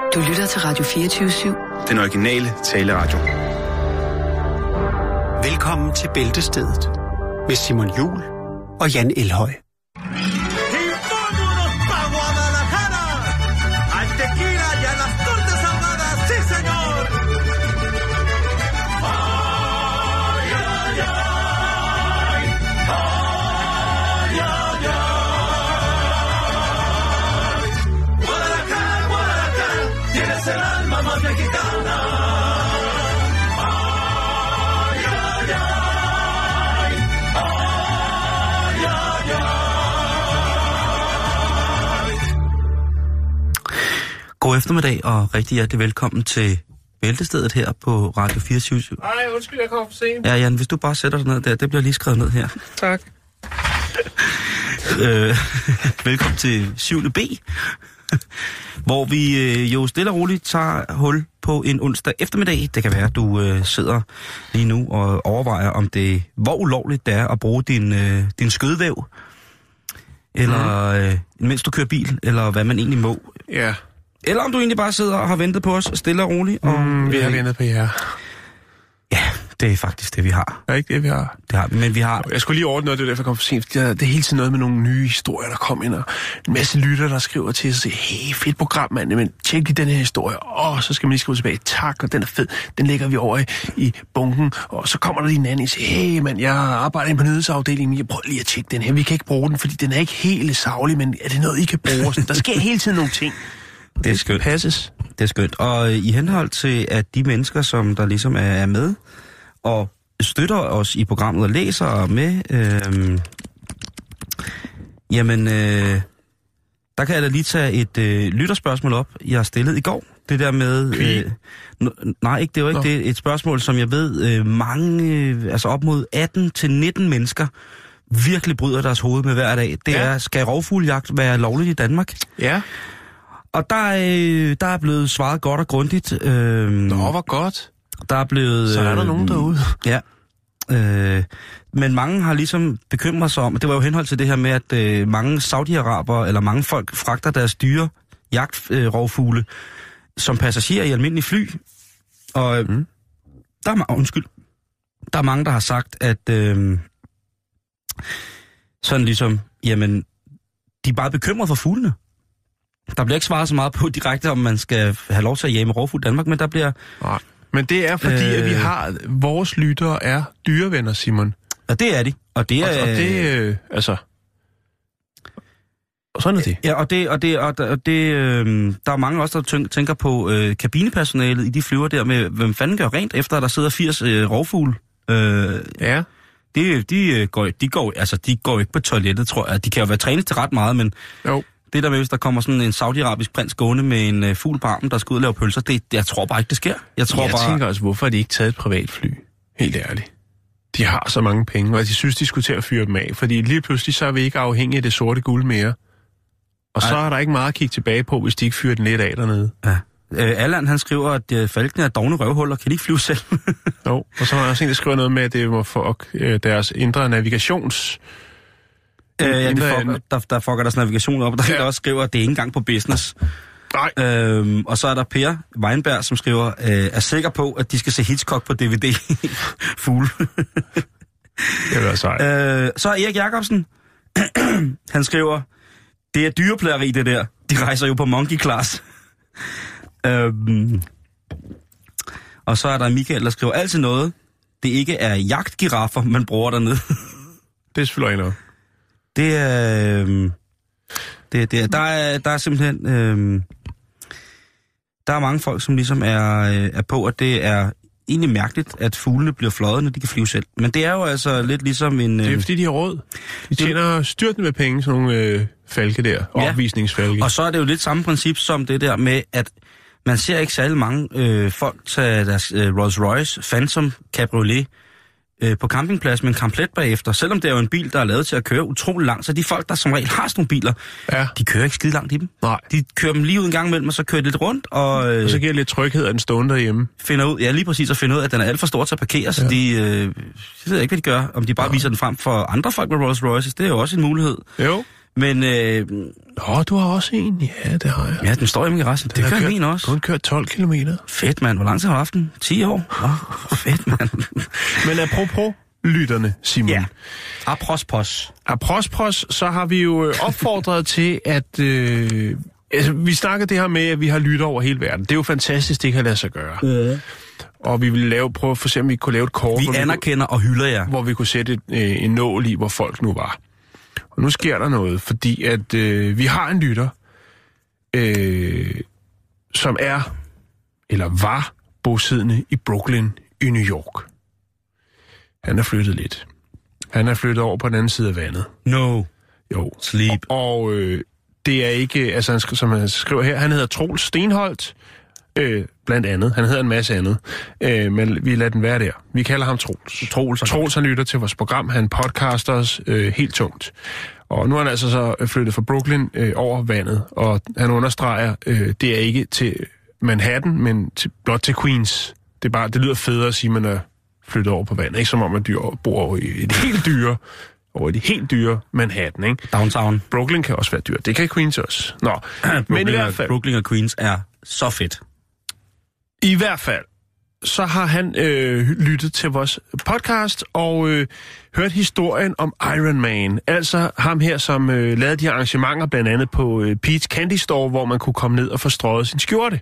Du lytter til Radio 24/7. Den originale taleradio. Velkommen til Bæltestedet med Simon Juhl og Jan Elhøj. God eftermiddag og rigtig hjertelig velkommen til Bæltestedet her på Radio 24/7. Nej, undskyld, jeg kommer for sent. Ja, Jan, hvis du bare sætter dig ned der, det bliver lige skrevet ned her. Tak. Velkommen til 7. B, hvor vi jo stille og roligt tager hul på en onsdag eftermiddag. Det kan være, at du sidder lige nu og overvejer, om det hvor ulovligt det er at bruge din skødvæv, eller mens du kører bil, eller hvad man egentlig må. Ja. Eller om du egentlig bare sidder og har ventet på os stille og roligt. Og, vi har ventet på jer. Ja, det er faktisk det, vi har. Er ikke det, vi har? Det har vi, men vi har... Jeg skulle lige ordne noget, det er derfor, jeg kom for sent. Det er hele tiden noget med nogle nye historier, der kommer ind, og en masse lytter, der skriver til os og siger, hey, fedt program, mand, men tjek lige den her historie. Så skal man lige skrive tilbage, tak, og den er fed. Den lægger vi over i bunken, og så kommer der lige en anden og siger, hey, mand, jeg arbejder inde på nyhedsafdelingen, jeg prøver lige at tjekke den her. Vi kan ikke bruge den, fordi den er ikke helt saglig, men er det noget, I kan bruge? Der sker hele tiden nogle ting. Det er skønt. Passes. Det er skønt. Og i henhold til, at de mennesker, som der ligesom er med, og støtter os i programmet og læser med, der kan jeg da lige tage et lytterspørgsmål op, jeg stillede i går. Det der med... nej, ikke, det var ikke det. Et spørgsmål, som jeg ved, mange, altså op mod 18-19 mennesker, virkelig bryder deres hoved med hver dag. Det er, skal rovfuglejagt være lovligt i Danmark? Ja. Og der er blevet svaret godt og grundigt. Hvor godt. Der er blevet... Så er der nogen derude. Ja. Men mange har ligesom bekymret sig om, og det var jo henhold til det her med, at mange saudiaraber, eller mange folk, fragter deres dyre jagtrovfugle som passagerer i almindelige fly. Og der er mange, der har sagt, at sådan ligesom, jamen, de er bare bekymret for fuglene. Der bliver ikke svaret så meget på direkte, om man skal have lov til at jage med rovfugl i Danmark, men der bliver... Nej. Men det er fordi, at vi har... Vores lyttere er dyrevenner, Simon. Og det er de. Og det er... Og det, altså... Og sådan er det. Ja, og der er mange også, der tænker på kabinepersonalet i de flyver der med, hvem fanden gør rent, efter at der sidder 80 rovfugle. Ja. De går ikke på toilettet, tror jeg. De kan jo være trænet til ret meget, men... Jo. Det der med, hvis der kommer sådan en saudiarabisk prins gående med en fugl på armen, der skal ud og lave pølser, jeg tror bare ikke, det sker. Jeg tænker også, hvorfor har de ikke taget et privatfly? Helt ærligt. De har så mange penge, og de synes, de skulle til at fyre dem af. Fordi lige pludselig, så er vi ikke afhængige af det sorte guld mere. Og så er der ikke meget at kigge tilbage på, hvis de ikke fyrer den lidt af dernede. Ja. Allan, han skriver, at falkene er dovne røvhuller. Kan de ikke flyve selv? Jo, og så har han også en, der skriver noget med, at det må få deres indre navigations... Ja, der fucker deres navigation op, og der også skriver, at det er ikke engang på business. Nej. Og så er der Per Weinberg, som skriver, er sikker på, at de skal se Hitchcock på DVD. Fugle. Det er sejt. Så er Erik Jacobsen, han skriver, det er dyreplageri, det der. De rejser jo på monkey class. Og så er der Michael, der skriver altid noget. Det ikke er jagtgiraffer, man bruger dernede. Det er selvfølgelig noget. Det er... Der er simpelthen... der er mange folk, som ligesom er på, at det er egentlig mærkeligt, at fuglene bliver fløjet, når de kan flyve selv. Men det er jo altså lidt ligesom en... Det er fordi, de har råd. De tjener styrtende med penge, sådan nogle falke der. Ja. Opvisningsfalke. Og så er det jo lidt samme princip som det der med, at man ser ikke særlig mange folk tage deres Rolls Royce Phantom Cabriolet på campingplads med en kamplet bagefter. Selvom det er jo en bil, der er lavet til at køre utrolig langt, så de folk, der som regel har sådan nogle biler, de kører ikke skide langt i dem. Nej. De kører dem lige ud en gang imellem, og så kører de lidt rundt. Og så giver det lidt tryghed, at den stående derhjemme. Finder ud, lige præcis, at finde ud af, at den er alt for stor til at parkere, så de... jeg ved ikke, hvad de gør. Om de bare viser den frem for andre folk med Rolls Royces, det er jo også en mulighed. Jo. Men... du har også en. Ja, det har jeg. Ja, den står hjemme i garagen. Det gør min også. Kun kørt 12 kilometer. Fedt, mand. Hvor lang tid har du haft den? 10 år? Fedt, mand. Men apropos lytterne, Simon. Ja. Apropos, så har vi jo opfordret til, at... vi snakker det her med, at vi har lytter over hele verden. Det er jo fantastisk, det kan lade sig gøre. Og vi vil prøve at se, om vi kunne lave et kort. Vi anerkender og hylder jer. Hvor vi kunne sætte en nål i, hvor folk nu var. Og nu sker der noget, fordi at vi har en lytter, som er, eller var, bosiddende i Brooklyn i New York. Han er flyttet lidt. Han er flyttet over på den anden side af vandet. No. Jo. Sleep. Og det er ikke, altså som han skriver her, han hedder Troels Stenholt, blandt andet. Han hedder en masse andet, men vi lader den være der. Vi kalder ham Troels. Troels, han lytter til vores program. Han podcaster os helt tungt. Og nu er han altså så flyttet fra Brooklyn over vandet, og han understreger, det er ikke til Manhattan, men blot til Queens. Det lyder federe at sige, at man er flyttet over på vandet. Ikke som om, man bor over i det helt dyre Manhattan, ikke? Downtown. Brooklyn kan også være dyrt. Det kan Queens også. Nå, men i hvert fald... Brooklyn og Queens er så fedt. I hvert fald, så har han lyttet til vores podcast og hørt historien om Iron Man. Altså ham her, som lavede de arrangementer, blandt andet på Pete's Candy Store, hvor man kunne komme ned og få strøget sin skjorte.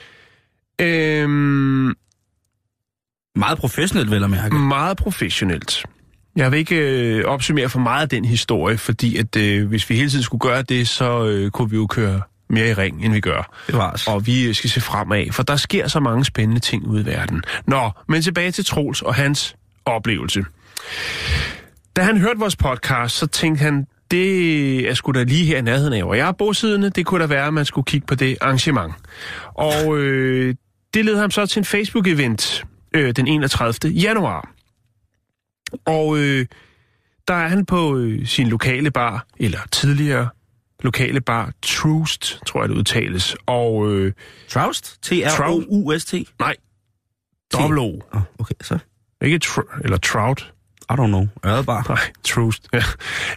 Meget professionelt, vel at mærke. Meget professionelt. Jeg vil ikke opsummere for meget af den historie, fordi at hvis vi hele tiden skulle gøre det, så kunne vi jo køre mere i ring, end vi gør. Det var og vi skal se fremad, for der sker så mange spændende ting ude i verden. Nå, men tilbage til Troels og hans oplevelse. Da han hørte vores podcast, så tænkte han, det er sgu da lige her i nærheden af, hvor jeg er bosiddende. Det kunne da være, at man skulle kigge på det arrangement. Og det led ham så til en Facebook-event den 31. januar. Og der er han på sin lokale bar, eller tidligere lokale bar, Troost, tror jeg det udtales. Og Troust? T-R-O-U-S-T? Nej. Double-O. Okay, så. Ikke eller Trout. I don't know. Ørdebar. Nej, Troost. Ja.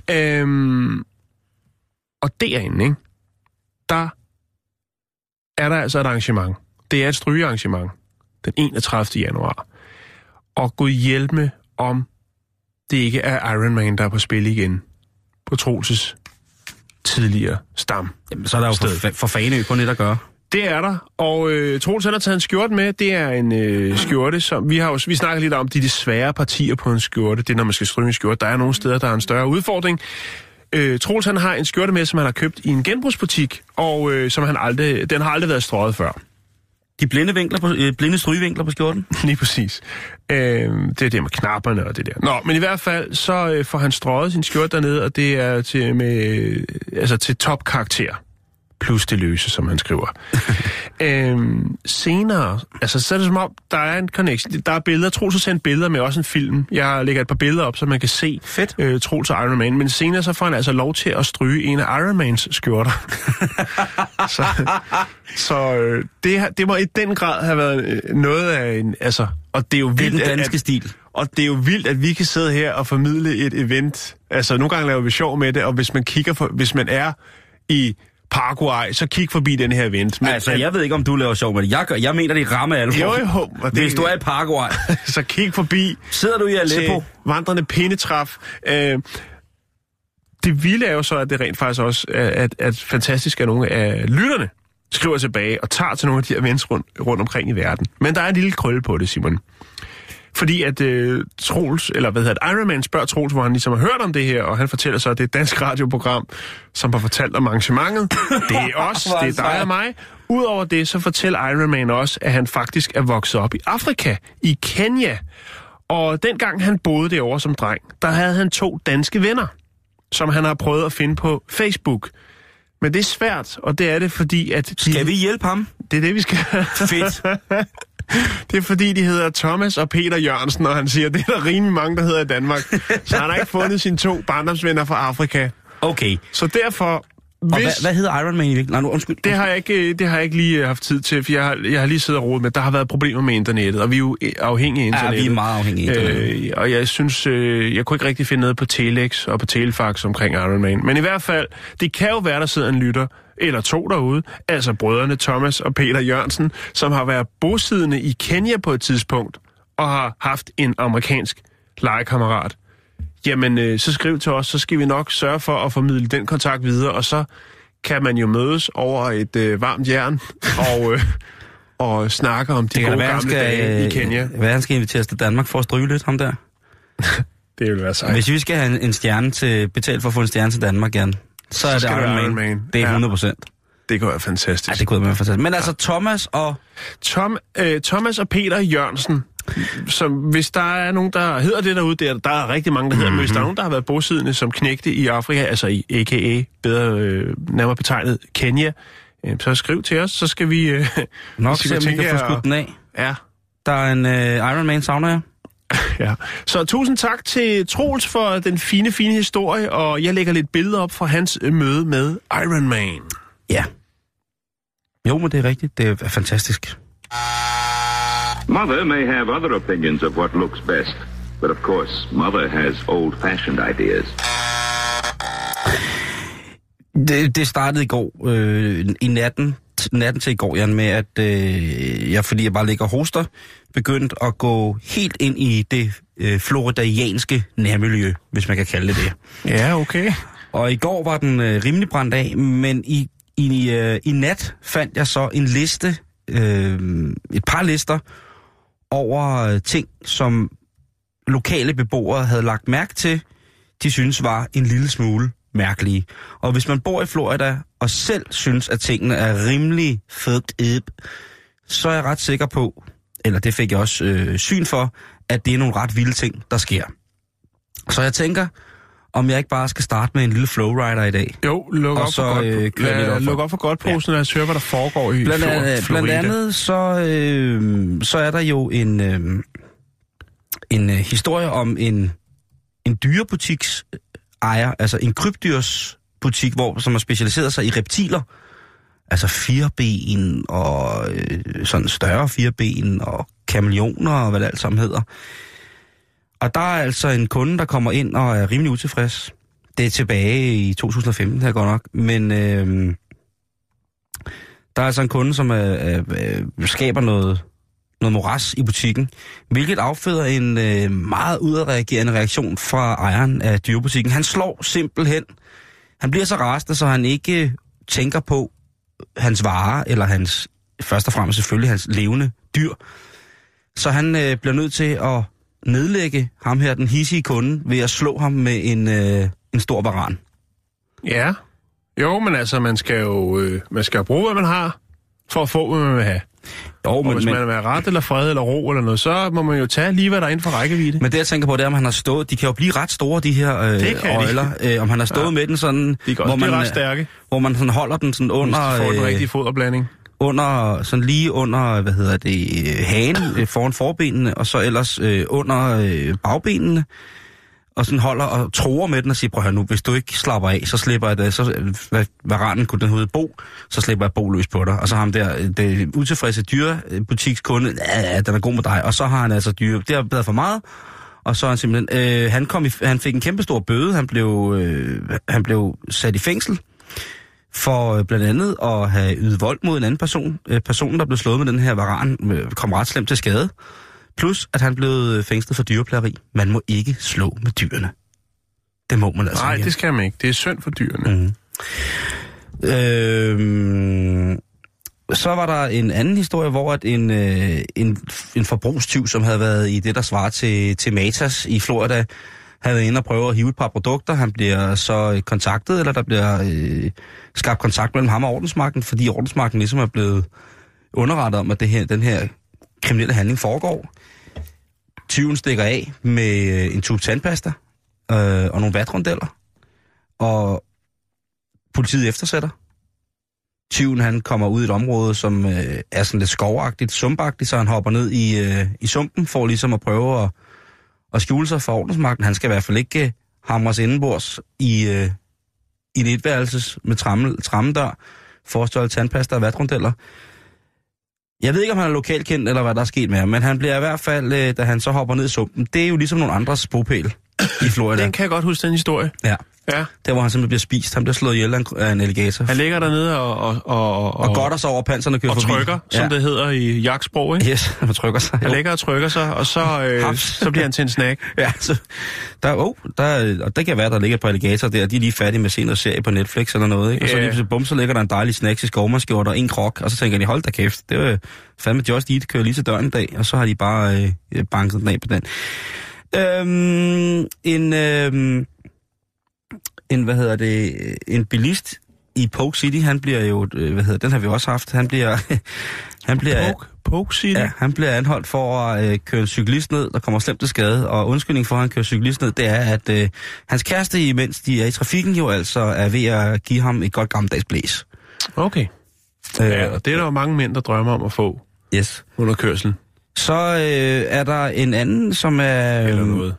Og derinde, ikke? Der er der altså et arrangement. Det er et strygearrangement. Den 31. januar. Og Gud hjælp med, om det ikke er Iron Man, der er på spil igen. På Troelses tidligere stam. Jamen, så er der jo for Fanø på net at gøre. Det er der, og Troels har taget en skjorte med. Det er en skjorte, som vi snakker lidt om de svære partier på en skjorte. Det er, når man skal stryge en skjorte. Der er nogle steder, der er en større udfordring. Troels han har en skjorte med, som han har købt i en genbrugsbutik, og som den har aldrig været strøget før. De blinde strygevinkler på skjorten? Lige præcis. Det er det med knapperne og det der. Nå, men i hvert fald, så får han strøget sin skjorte dernede, og det er til topkarakter. Plus det løse, som han skriver. Senere, altså så er det som om, der er en connection. Der er billeder. Troels har sendt billeder med også en film. Jeg lægger et par billeder op, så man kan se Troels og Iron Man. Men senere så får han altså lov til at stryge en af Iron Mans skjorter. så det må i den grad have været noget af en... Altså, og det er jo vildt, det er den danske stil. Og det er jo vildt, at vi kan sidde her og formidle et event. Altså, nogle gange laver vi sjov med det, og hvis man er i Paraguay, så kig forbi den her event. Men, altså, jeg ved ikke, om du laver sjov med det. Jeg mener, det er ramme alvor. Jo. Hvis du er i Paraguay. Så kig forbi. Sidder du i Aleppo? Vandrende pindetræf. Det vilde er jo så, at det rent faktisk også at fantastisk, at nogle af lytterne skriver tilbage og tager til nogle af de events rundt omkring i verden. Men der er en lille krølle på det, Simon. Fordi at Troels, Iron Man spørger Troels, hvor han ligesom har hørt om det her, og han fortæller så, at det er et dansk radioprogram, som har fortalt om arrangementet. Det er os, det er dig og mig. Udover det, så fortæller Iron Man også, at han faktisk er vokset op i Afrika, i Kenya. Og dengang han boede derovre som dreng, der havde han 2 danske venner, som han har prøvet at finde på Facebook. Men det er svært, og det er det, fordi at... Skal vi hjælpe ham? Det er det, vi skal. Fedt. Det er fordi, de hedder Thomas og Peter Jørgensen, og han siger, det er der rimelig mange, der hedder i Danmark. Så han har ikke fundet sine 2 barndomsvenner fra Afrika. Okay. Så derfor hvad hedder Iron Man i virkeligheden? Nej, undskyld. Det har jeg ikke lige haft tid til, for jeg har lige siddet og rodet med, der har været problemer med internettet, og vi er jo afhængige af internettet. Ja, vi er meget afhængige af internettet. Og jeg synes, jeg kunne ikke rigtig finde noget på Telex og på Telefax omkring Iron Man. Men i hvert fald, det kan jo være, der sidder en lytter, eller to derude, altså brødrene Thomas og Peter Jørgensen, som har været bosiddende i Kenya på et tidspunkt, og har haft en amerikansk legekammerat. Jamen, så skriv til os, så skal vi nok sørge for at formidle den kontakt videre, og så kan man jo mødes over et varmt jern og snakke om de gode gamle dage i Kenya. Hvad han skal inviteres til Danmark for at stryge lidt, ham der? Det vil være sejt. Hvis vi skal have en stjerne til, betalt for at få en stjerne til Danmark, Jan, så er det Iron Man. Det er 100%. Det kunne være fantastisk. Ja, det kunne være fantastisk. Men altså Thomas og... Thomas og Peter Jørgensen, som hvis der er nogen, der hedder det derude, der er rigtig mange, der hedder, men hvis der er nogen, der har været bosiddende som knægte i Afrika, altså i a.k.a. nærmere betegnet Kenya, så skriv til os, så skal vi... nok se, om vi kan få skudt den af. Ja. Der er en Iron Man, savner jeg. Ja. Så tusind tak til Troels for den fine historie, og jeg lægger lidt billeder op fra hans møde med Iron Man. Ja. Jo, men det er rigtigt. Det er fantastisk. Mother may have other opinions of what looks best, but of course, Mother has old-fashioned ideas. Det startede i går, i natten til i går, Jan, med at jeg, fordi jeg bare ligger og hoster, begyndte at gå helt ind i det floridianske nærmiljø, hvis man kan kalde det det. Ja, okay. Og i går var den rimelig brændt af, men i nat fandt jeg så en liste, et par lister, over ting, som lokale beboere havde lagt mærke til, de synes var en lille smule mærkelige. Og hvis man bor i Florida, og selv synes, at tingene er rimelig fucked up, så er jeg ret sikker på, eller det fik jeg også syn for, at det er nogle ret vilde ting, der sker. Så jeg tænker, om jeg ikke bare skal starte med en lille flowrider i dag. Jo, luk op for godtposen, og lad os høre, hvad der foregår i Florida. Blandt andet, så er der jo en historie om en dyrebutiks ejer, altså en krybdyrsbutik, som har specialiseret sig i reptiler. Altså fireben og sådan større fireben og kameleoner og hvad det alt sammen hedder. Og der er altså en kunde, der kommer ind og er rimelig utilfreds. Det er tilbage i 2015 her godt nok. Men der er altså en kunde, som skaber noget moras i butikken, hvilket afføder en meget udadreagerende reaktion fra ejeren af dyrebutikken. Han slår simpelthen. Han bliver så rasende, så han ikke tænker på hans varer, eller først og fremmest selvfølgelig hans levende dyr. Så han bliver nødt til at nedlægge ham her, den hidsige kunde, ved at slå ham med en stor varan. Ja. Jo, men altså, man skal jo bruge, hvad man har, for at få, hvad man vil have. Jo, og hvis man vil være ret eller fred eller ro eller noget, så må man jo tage lige, hvad der er inden for rækkevidde. Men det, jeg tænker på, det er, om han har stået... De kan jo blive ret store, de her øjler. Om han har stået med den sådan... De kan også blive ret stærke. Hvor man sådan holder den sådan under... Hvis de får den rigtige foderblanding. Sådan lige under, hagen foran forbenene, og så ellers under bagbenene. Og sådan holder og troer med den og siger, prøv her nu, hvis du ikke slapper af, så slipper jeg det. Så varanen kunne den hedde Bo, så slipper jeg Bo løs på dig. Og så har han der, det utilfredse dyrebutikskunde, den er god med dig. Og så har han altså dyre, det har været for meget. Og så er han simpelthen, han fik en kæmpe stor bøde, han blev sat i fængsel. For blandt andet at have ydet vold mod en anden person. Personen, der blev slået med den her varan, kom ret slemt til skade. Plus, at han blev fængslet for dyreplageri. Man må ikke slå med dyrene. Det må man altså ikke. Nej, det skal man ikke. Det er synd for dyrene. Så var der en anden historie, hvor at en forbrugstyv, som havde været i det, der svarer til Matas i Florida, havde været inde og prøve at hive et par produkter. Han bliver så kontaktet, eller der bliver skabt kontakt mellem ham og ordensmagten, fordi ordensmagten ligesom er blevet underrettet om, at den her kriminelle handling foregår. Tyven stikker af med en tube tandpasta og nogle vatrondeller, og politiet eftersætter. Tyven, han kommer ud i et område, som er sådan lidt skovagtigt, sumpagtigt, så han hopper ned i sumpen for ligesom at prøve at skjule sig for ordensmagten. Han skal i hvert fald ikke hamres indenbords i et etværelses med trammedør, forstørrelse tandpasta og vatrundeller. Jeg ved ikke, om han er lokalkendt, eller hvad der er sket med ham, men han bliver i hvert fald, da han så hopper ned i sumpen, det er jo ligesom nogle andres bopæl i Florida. Den kan jeg godt huske, den historie. Ja. Ja. Der, hvor han simpelthen bliver spist. Han bliver slået ihjel af en alligator. Han ligger dernede og godter sig over panserne og kører forbi. Og trykker, som det hedder i jagtsprog, ikke? Yes, han trykker sig. Han ligger og trykker sig, og så bliver han til en snack. Ja, så og det kan være, der ligger på alligator der. De er lige færdige med at se noget serie på Netflix eller noget, ikke? Og så lige så ligger der en dejlig snacks i skovmandsskjort og en krok, og så tænker de, hold da kæft, det var fandme Just Eat, kører lige til døren i dag, og så har de bare banket den af på den. En bilist i Polk City, han bliver jo, den har vi også haft, han bliver Polk City? Ja, han bliver anholdt for at køre en cyklist ned, der kommer slemt til skade, og undskyldning for, at han kører cyklist ned, det er, at hans kæreste, imens de er i trafikken, jo altså er ved at give ham et godt gammeldags blæs. Okay. Ja, og det er der jo mange mænd, der drømmer om at få under kørselen. Så er der en anden, som er... Eller noget.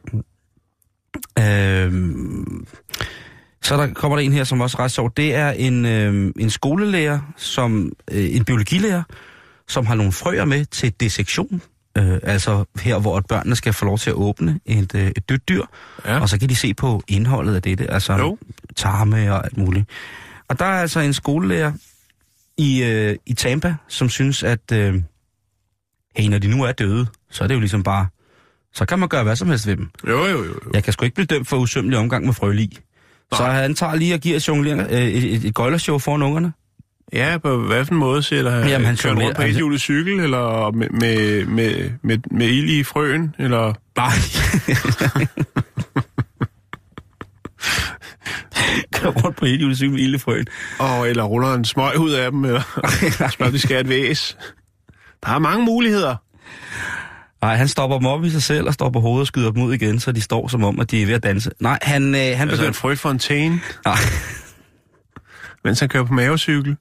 Så der kommer der en her, som også er ret sjovt. Det er en skolelærer, en biologilærer, som har nogle frøer med til dissektion. Altså her, hvor børnene skal få lov til at åbne et dødt dyr. Ja. Og så kan de se på indholdet af det, altså tarme og alt muligt. Og der er altså en skolelærer i Tampa, som synes, at hey, når de nu er døde, så er det jo ligesom bare... Så kan man gøre hvad som helst ved dem. Jo. Jeg kan sgu ikke blive dømt for usømmelig omgang med frølig. Så han tager lige og giver et gøjlershow foran ungerne. Ja, på hvad for en måde siger han? Jamen, han kører rundt på ethjulet cykel, eller med ild i frøen, eller... Nej. Kører rundt på ethjulet cykel med ild i frøen. Eller ruller en smøg ud af dem, eller spørger, de skal have et væs. Der er mange muligheder. Nej, han stopper dem op i sig selv og stopper hovedet og skyder dem ud igen, så de står som om, at de er ved at danse. Nej, han altså en frøfontæne? Nej. Mens han kører på mavecykel?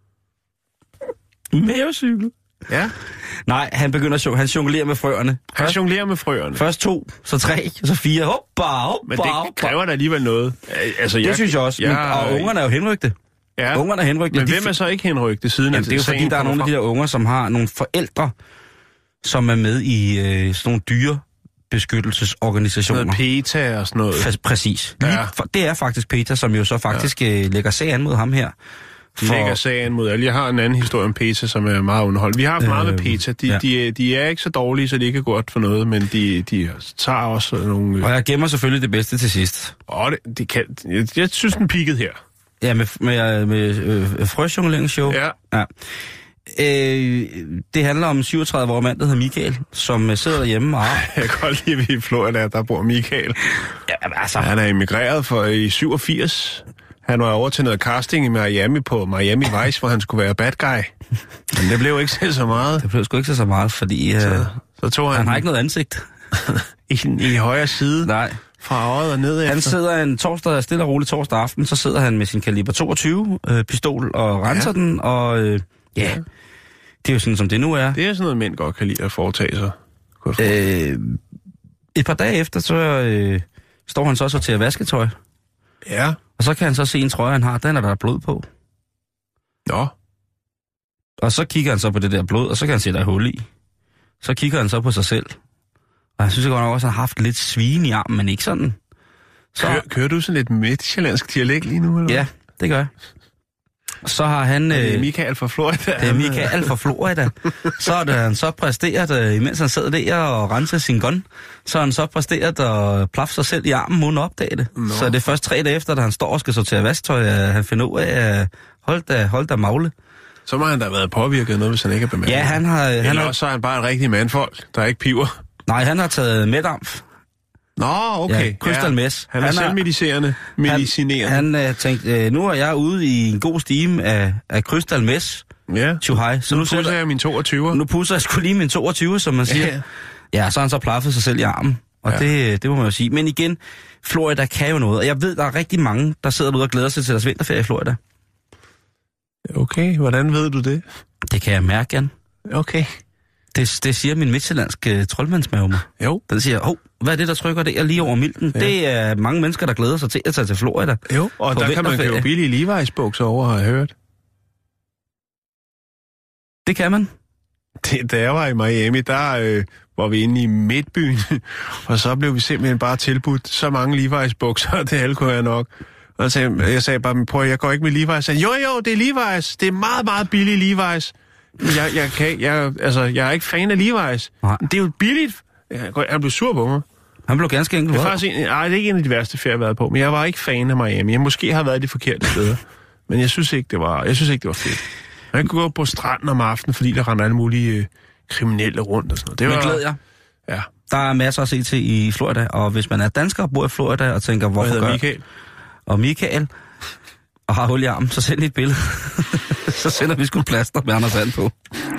Mavecykel? Ja. Nej, han jonglerer med frøerne. Han jonglerer med frøerne? Først 2, så 3, så 4. Hoppa. Men det kræver da alligevel noget. Altså, det synes jeg også. Og ungerne er jo henrygte. Ja. Ungerne er henrygte. Men hvem er så ikke henrygte siden? Jamen, det er jo fordi, der er nogle af de der unger, som har nogle forældre, som er med i sådan nogle dyrebeskyttelsesorganisationer. Noget PETA og sådan noget. Præcis. Ja. Det er faktisk PETA, som jo så faktisk lægger sag an mod ham her. Lægger sag an mod alle. Jeg har en anden historie om PETA, som er meget underholdt. Vi har haft meget med PETA. De er ikke så dårlige, så de ikke er godt for noget, men de tager også nogle... Og jeg gemmer selvfølgelig det bedste til sidst. Jeg synes, den peakede her. Ja, med frøsjonglingsshow. Ja. Det handler om en 37-årig mand, der hedder Michael, som sidder derhjemme og... Jeg kan godt lide, at vi i Florida, der bor Michael. Ja, altså... Han er emigreret i 87. Han var over til noget casting i Miami på Miami Vice, hvor han skulle være bad guy. Men det blev ikke så meget. Det blev sgu ikke så meget, fordi så tog han har ikke noget ansigt. I højre side. Nej. Fra øjet og ned efter. Han sidder en stille og rolig torsdag aften, så sidder han med sin kaliber 22 pistol og renser den, og det er jo sådan, som det nu er. Det er sådan noget, mænd godt kan lide at foretage sig. Et par dage efter, så står han så til at vaske tøj. Ja. Og så kan han så se en trøje, han har, den er der blod på. Nå. Og så kigger han så på det der blod, og så kan han se, der er hul i. Så kigger han så på sig selv. Og jeg synes godt nok også, at han har haft lidt svine i armen, men ikke sådan. Så... Kører du sådan lidt midtjyllandsk dialekt lige nu, eller? Ja, det gør jeg. Så har han... Det er Michael fra Florida. Det er Michael fra Florida. Så har han så præsteret, imens han sad der og rensede sin gun, så har han så præsteret at plaffe sig selv i armen uden at opdage det. Nå. Så det er først 3 dage efter, da han står og skal sortere vasktøj, han finder ud af at hold da magle. Så må han da have været påvirket noget, hvis han ikke er bemærket. Ja, han har... så er han bare en rigtig mandfolk, der ikke piver. Nej, han har taget medamf. Nå, okay. Ja, Crystal Mess. Han er selvmedicinerende. Han tænkte, nu er jeg ude i en god stime af Crystal Mess. Ja. Så nu pusser jeg min 22'er. Nu pusser jeg sgu lige min 22'er, som man siger. Ja, så har han så plaffet sig selv i armen. Og det må man jo sige. Men igen, Florida kan jo noget. Og jeg ved, der er rigtig mange, der sidder ude og glæder sig til deres vinterferie i Florida. Okay, hvordan ved du det? Det kan jeg mærke, Jan. Okay. Det siger min midtjyllandske troldmandsmave mig. Jo. Den siger, hvad er det, der trykker det lige over milten? Ja. Det er mange mennesker, der glæder sig til at tage til Florida. Jo, og der kan man købe billige Levi's-bukser over, har jeg hørt. Det kan man. Da jeg var i Miami, der var vi inde i midtbyen, og så blev vi simpelthen bare tilbudt så mange Levi's-bukser, det alle kunne jeg nok. Og jeg sagde bare, prøv, jeg går ikke med Levi's. Jeg sagde, jo, det er Levi's. Det er meget, meget billig Levi's. Jeg er ikke fan af Levi's. Nej. Det er jo billigt. Han blev sur på mig. Han blev ganske enkelt. Det er ikke en af de værste ferier, jeg har været på, men jeg var ikke fan af Miami. Jeg måske har været de forkerte steder, men jeg synes ikke, det var fedt. Jeg kunne gå på stranden om aftenen, fordi der render alle mulige kriminelle rundt og sådan noget. Det var, glæder jeg. Ja. Der er masser at se til i Florida, og hvis man er dansker og bor i Florida og tænker, hvorfor gør Michael? Og Michael og har hul i armen, så send lige et billede. Så sender vi sgu plaster med Anders And på.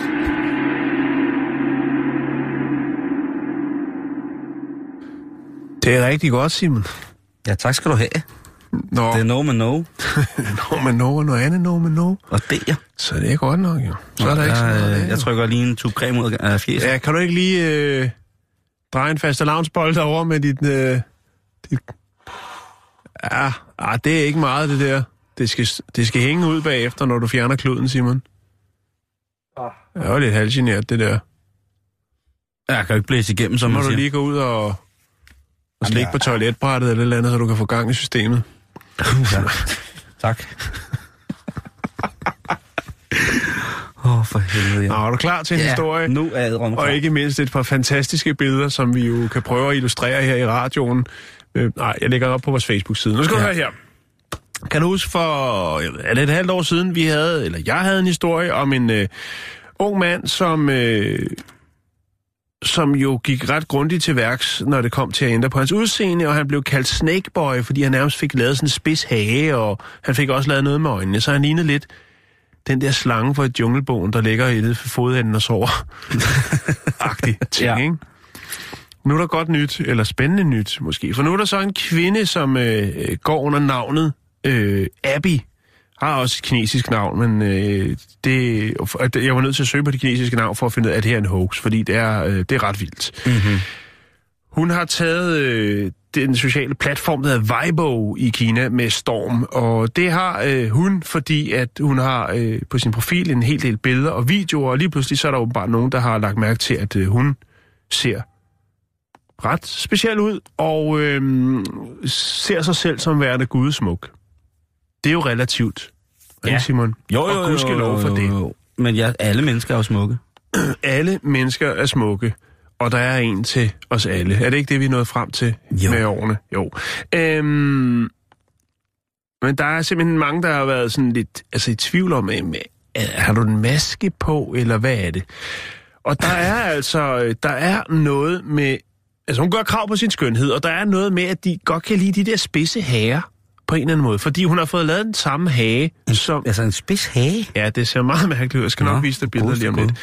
Det er rigtig godt, Simon. Ja, tak skal du have. Nå. Det er no man no. No man no, og noget andet no man no. Og det, ja. Så det er godt nok, jo. Så er der ikke sådan noget. Jeg trykker lige en tube creme ud af fjeset. Ja, kan du ikke lige dreje en fastelavnsbold derovre med dit... Ja, det er ikke meget, det der. Det skal hænge ud bagefter, når du fjerner kluden, Simon. Det er jo lidt halvgenert, det der. Jeg kan jo ikke blæse igennem, som man siger. Så må du lige gå ud og slikke på toiletbrættet eller noget andet, så du kan få gang i systemet. Ja. Tak. For helvede, ja. Nå, er du klar til en historie? Nu er jeg og ikke mindst et par fantastiske billeder, som vi jo kan prøve at illustrere her i radioen. Jeg lægger op på vores Facebook-side. Nu skal du høre her. Kan du huske for et halvt år siden, jeg havde en historie om en ung mand, som jo gik ret grundigt til værks, når det kom til at ændre på hans udseende, og han blev kaldt Snakeboy, fordi han nærmest fik lavet sådan en spids hage, og han fik også lavet noget med øjnene, så han lignede lidt den der slange for et junglebogen, der ligger i det for fodenden og sover. Agtig ting, ja. Ikke? Nu er der godt nyt, eller spændende nyt måske, for nu er der så en kvinde, som går under navnet Abby. Har også et kinesisk navn, men jeg var nødt til at søge på det kinesiske navn for at finde ud af, at det her er en hoax, fordi det er ret vildt. Mm-hmm. Hun har taget den sociale platform, der hedder Weibo i Kina, med storm, og det har hun, fordi at hun har på sin profil en hel del billeder og videoer, og lige pludselig så er der åbenbart nogen, der har lagt mærke til, at hun ser ret speciel ud, og ser sig selv som værende gudsmuk. Det er jo relativt. Ja, Simon. Jo. Og gudskelov for det. Men ja, alle mennesker er jo smukke. Alle mennesker er smukke, og der er en til os alle. Er det ikke det, vi er nået frem til med årene? Jo. Men der er simpelthen mange, der har været sådan lidt i tvivl om, har du en maske på, eller hvad er det? Og der er noget med... Altså, hun gør krav på sin skønhed, og der er noget med, at de godt kan lide de der spidse hager på en eller anden måde. Fordi hun har fået lavet den samme hage, som... Altså en spids hage? Ja, det ser meget mærkeligt ud. Jeg skal nok vise dig billeder lige om lidt.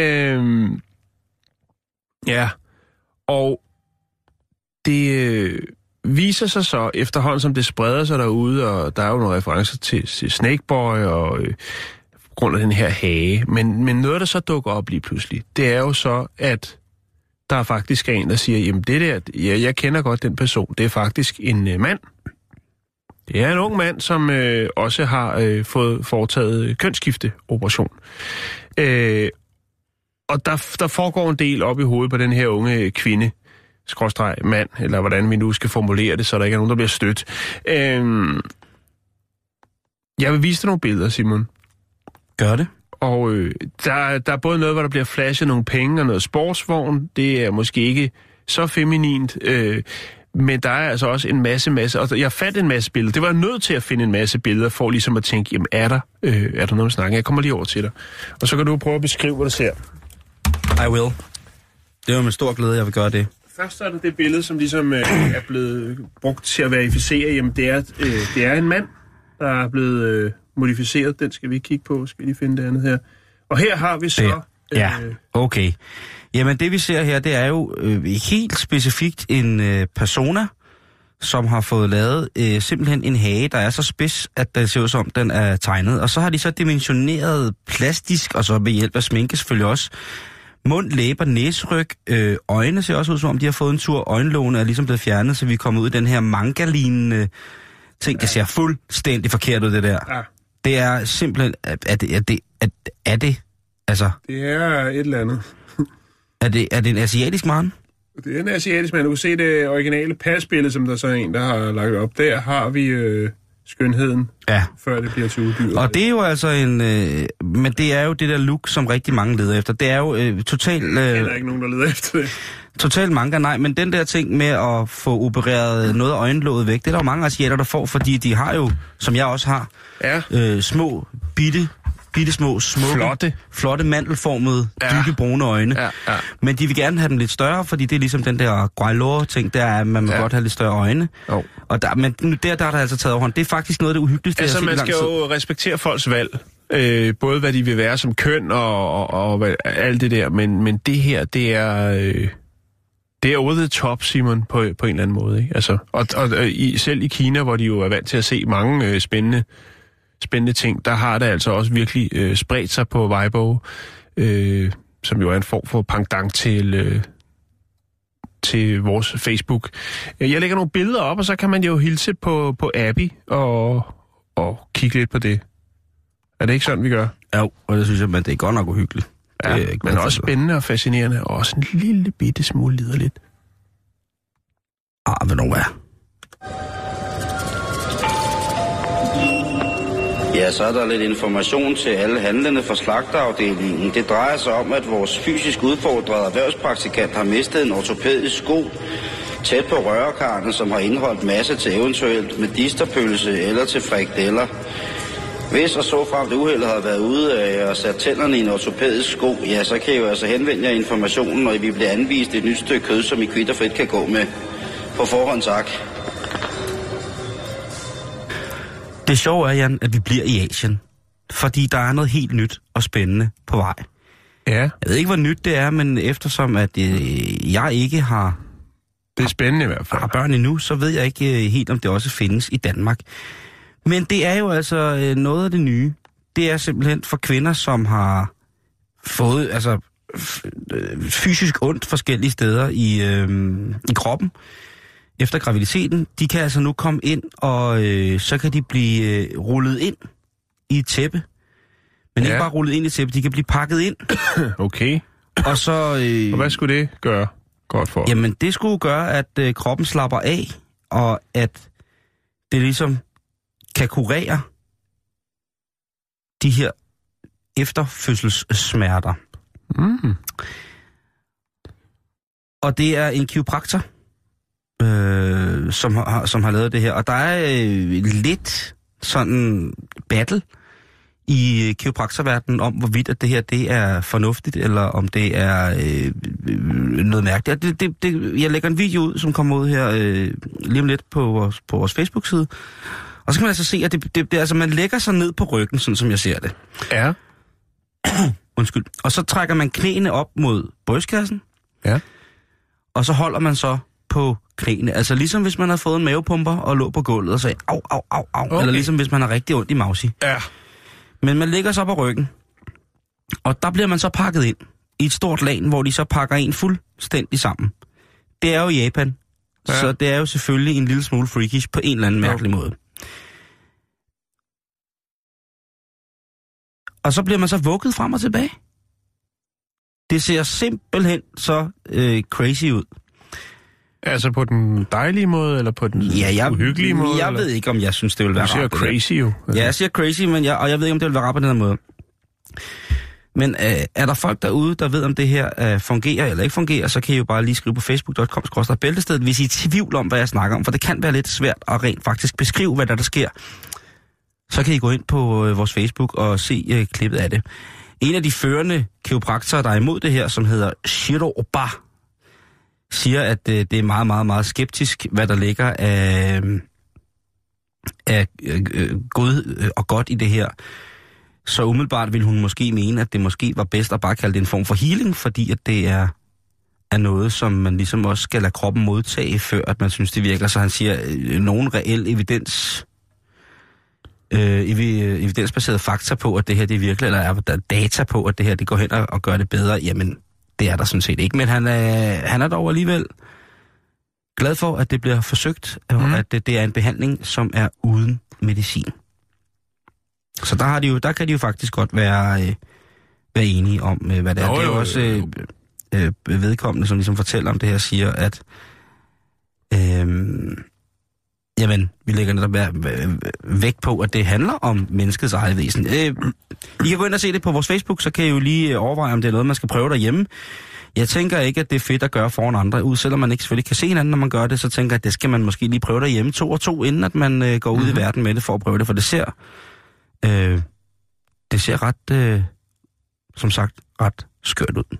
Ja, og det viser sig så efterhånden, som det spreder sig derude, og der er jo nogle referencer til Snakeboy og på grund af den her hage. Men noget, der så dukker op lige pludselig, det er jo så, at der er faktisk en, der siger, jamen det der, jeg kender godt den person, det er faktisk en mand. Det er en ung mand, som også har fået foretaget kønsskifteoperation. Og der foregår en del op i hovedet på den her unge kvinde, mand, eller hvordan vi nu skal formulere det, så der ikke er nogen, der bliver stødt. Jeg vil vise dig nogle billeder, Simon. Gør det. Og der er både noget, hvor der bliver flashet nogle penge og noget sportsvogn. Det er måske ikke så feminint, men der er altså også en masse, og jeg fandt en masse billeder. Det var nødt til at finde en masse billeder, for ligesom at tænke, jamen er der noget at snakke? Jeg kommer lige over til dig. Og så kan du prøve at beskrive, hvad du ser. I will. Det var med stor glæde, jeg vil gøre det. Først er det billede, som ligesom er blevet brugt til at verificere, jamen det er en mand, der er blevet modificeret. Den skal vi kigge på. Skal vi lige finde det andet her. Og her har vi så... Ja, okay. Jamen det vi ser her, det er jo helt specifikt en persona, som har fået lavet simpelthen en hage, der er så spids, at det ser ud som, den er tegnet. Og så har de så dimensioneret plastisk, og så ved hjælp af sminke selvfølgelig også, Mund, læber, næseryg, øjne ser også ud, som om de har fået en tur. Øjenlågene er ligesom blevet fjernet, så vi er kommet ud i den her manga-lignende ting. Det ser fuldstændig forkert ud, det der. Ja. Det er simpelthen... Er det? Altså... Det er et eller andet. Er det en asiatisk mand? Det er en asiatisk mand. Du kan se det originale pasbillede, som der så er en, der har lagt op. Der har vi skønheden, før det bliver til uddyret. Og det er jo altså en... men det er jo det der look, som rigtig mange leder efter. Det er jo totalt... der er ikke nogen, der leder efter det. Totalt manga, nej. Men den der ting med at få opereret noget af øjenlåget væk, det er der jo mange asiater, der får, fordi de har jo, som jeg også har, små, bitte små, smukke, flotte mandelformede, dybe brune øjne. Ja. Men de vil gerne have dem lidt større, fordi det er ligesom den der Guaylor-ting, der er, at man må godt have lidt større øjne. Og men der er der altså taget overhånd. Det er faktisk noget af det uhyggeligste, altså, man skal jo respektere folks valg. Både hvad de vil være som køn og alt det der. Men det her, det er over the top, Simon, på en eller anden måde. Ikke? Altså, og selv i Kina, hvor de jo er vant til at se mange spændende ting, der har det altså også virkelig spredt sig på Weibo, som jo er en form for pendant til vores Facebook. Jeg lægger nogle billeder op, og så kan man jo hilse på Abby og kigge lidt på det. Er det ikke sådan, vi gør? Jo, og det synes jeg, men det er godt nok uhyggeligt. Ja, men også spændende og fascinerende, og også en lille bitte smule liderligt. Vil du være? Ja, så er der lidt information til alle handlende fra slagterafdelingen. Det drejer sig om, at vores fysisk udfordrede erhvervspraktikant har mistet en ortopædisk sko tæt på rørekarne, som har indeholdt masse til eventuelt medisterpølse eller til frikadeller. Hvis og så frem det uheld har været ude og sat tænderne i en ortopædisk sko, ja, så kan I jo altså henvende jer informationen, og I vil blive anvist et nyt stykke kød, som I kvitterfrit kan gå med. På forhånd, tak. Det sjove er, Jan, at vi bliver i Asien, fordi der er noget helt nyt og spændende på vej. Ja. Jeg ved ikke, hvor nyt det er, men eftersom at jeg ikke har... Det er spændende i hvert fald. Har børn endnu, så ved jeg ikke helt, om det også findes i Danmark. Men det er jo altså noget af det nye. Det er simpelthen for kvinder, som har fået fysisk ondt forskellige steder i kroppen efter graviditeten. De kan altså nu komme ind, og så kan de blive rullet ind i et tæppe. Men ikke bare rullet ind i et tæppe, de kan blive pakket ind. Okay. Og så... og hvad skulle det gøre godt for? Jamen, det skulle gøre, at kroppen slapper af, og at det ligesom kan kurere de her efterfødselssmerter. Mm. Og det er en kiropraktor, som har lavet det her. Og der er lidt sådan battle i kiropraktorverdenen om, hvorvidt at det her det er fornuftigt, eller om det er noget mærkeligt. Jeg lægger en video ud, som kommer ud her lige om lidt på vores Facebook-side. Og så kan man altså se, at det altså, man lægger sig ned på ryggen, sådan som jeg ser det. Ja. Undskyld. Og så trækker man knæene op mod brystkassen. Ja. Og så holder man så på knæene. Altså ligesom hvis man har fået en mavepumper og lå på gulvet og sagde au, au, au, au. Okay. Eller ligesom hvis man har rigtig ondt i mausi. Ja. Men man lægger sig på ryggen. Og der bliver man så pakket ind i et stort lag, hvor de så pakker en fuldstændig sammen. Det er jo Japan. Ja. Så det er jo selvfølgelig en lille smule freakish på en eller anden mærkelig måde. Og så bliver man så vugget frem og tilbage. Det ser simpelthen så crazy ud. Altså på den dejlige måde, eller på den uhyggelige måde? Jeg ved ikke, om jeg synes, det vil være rart. Du siger crazy jo. Ja, jeg siger crazy, men jeg ved ikke, om det vil være rart på den her måde. Men er der folk derude, der ved, om det her fungerer eller ikke fungerer, så kan I jo bare lige skrive på facebook.com/bæltestedet, hvis I er i tvivl om, hvad jeg snakker om. For det kan være lidt svært at rent faktisk beskrive, hvad der sker. Så kan I gå ind på vores Facebook og se klippet af det. En af de førende kiropraktorer, der er imod det her, som hedder Shiro Oba, siger, at det er meget, meget, meget skeptisk, hvad der ligger af god og godt i det her. Så umiddelbart vil hun måske mene, at det måske var bedst at bare kalde det en form for healing, fordi at det er noget, som man ligesom også skal lade kroppen modtage, før at man synes, det virker. Så han siger, nogen reel evidensbaseret fakta på, at det her det virkelig, eller er der data på, at det her det går hen og gør det bedre, jamen det er der sådan set ikke, men han er dog alligevel glad for, at det bliver forsøgt, og at det er en behandling, som er uden medicin. Så der kan de jo faktisk godt være enige om, hvad det er. Det er jo også vedkommende, som ligesom fortæller om det her, siger, at jamen, vi lægger netop vægt på, at det handler om menneskets eget væsen. I kan gå ind og se det på vores Facebook, så kan I jo lige overveje, om det er noget, man skal prøve derhjemme. Jeg tænker ikke, at det er fedt at gøre foran andre ud, selvom man ikke selvfølgelig kan se hinanden, når man gør det, så tænker jeg, at det skal man måske lige prøve derhjemme 2 og 2, inden at man går ud i verden med det for at prøve det, for det ser ret, som sagt, ret skørt ud.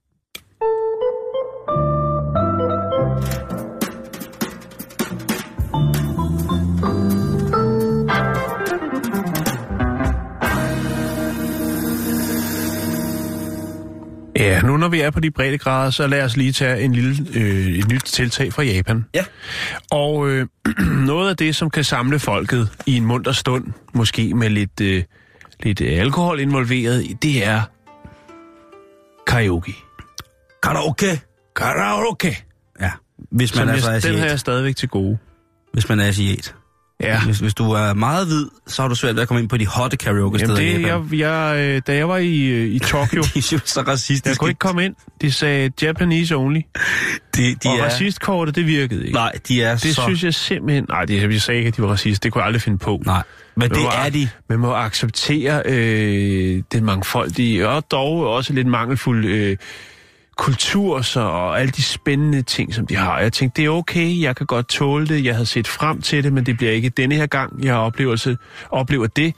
Ja, nu når vi er på de breddegrader, så lad os lige tage et nyt tiltag fra Japan. Ja. Og noget af det, som kan samle folket i en munter stund, måske med lidt alkohol involveret, det er karaoke. Karaoke. Ja. Hvis man er asiat. Den har jeg stadigvæk til gode. Hvis man er asiat. Ja. Hvis du er meget hvid, så har du svært ved at komme ind på de hotte karaoke-steder i Japan. Da jeg var i Tokyo, de er jo så racistiske. jeg kunne ikke komme ind. De sagde Japanese only. Og racistkortet, det virkede ikke. Nej, de er det så... synes jeg simpelthen... Nej, jeg sagde ikke, at de var racist. Det kunne jeg aldrig finde på. Nej, men det er de. Man må acceptere den mangfoldige, og dog også lidt mangelfuld kultur og alle de spændende ting, som de har. Jeg tænkte, det er okay, jeg kan godt tåle det. Jeg havde set frem til det, men det bliver ikke denne her gang, jeg oplever det.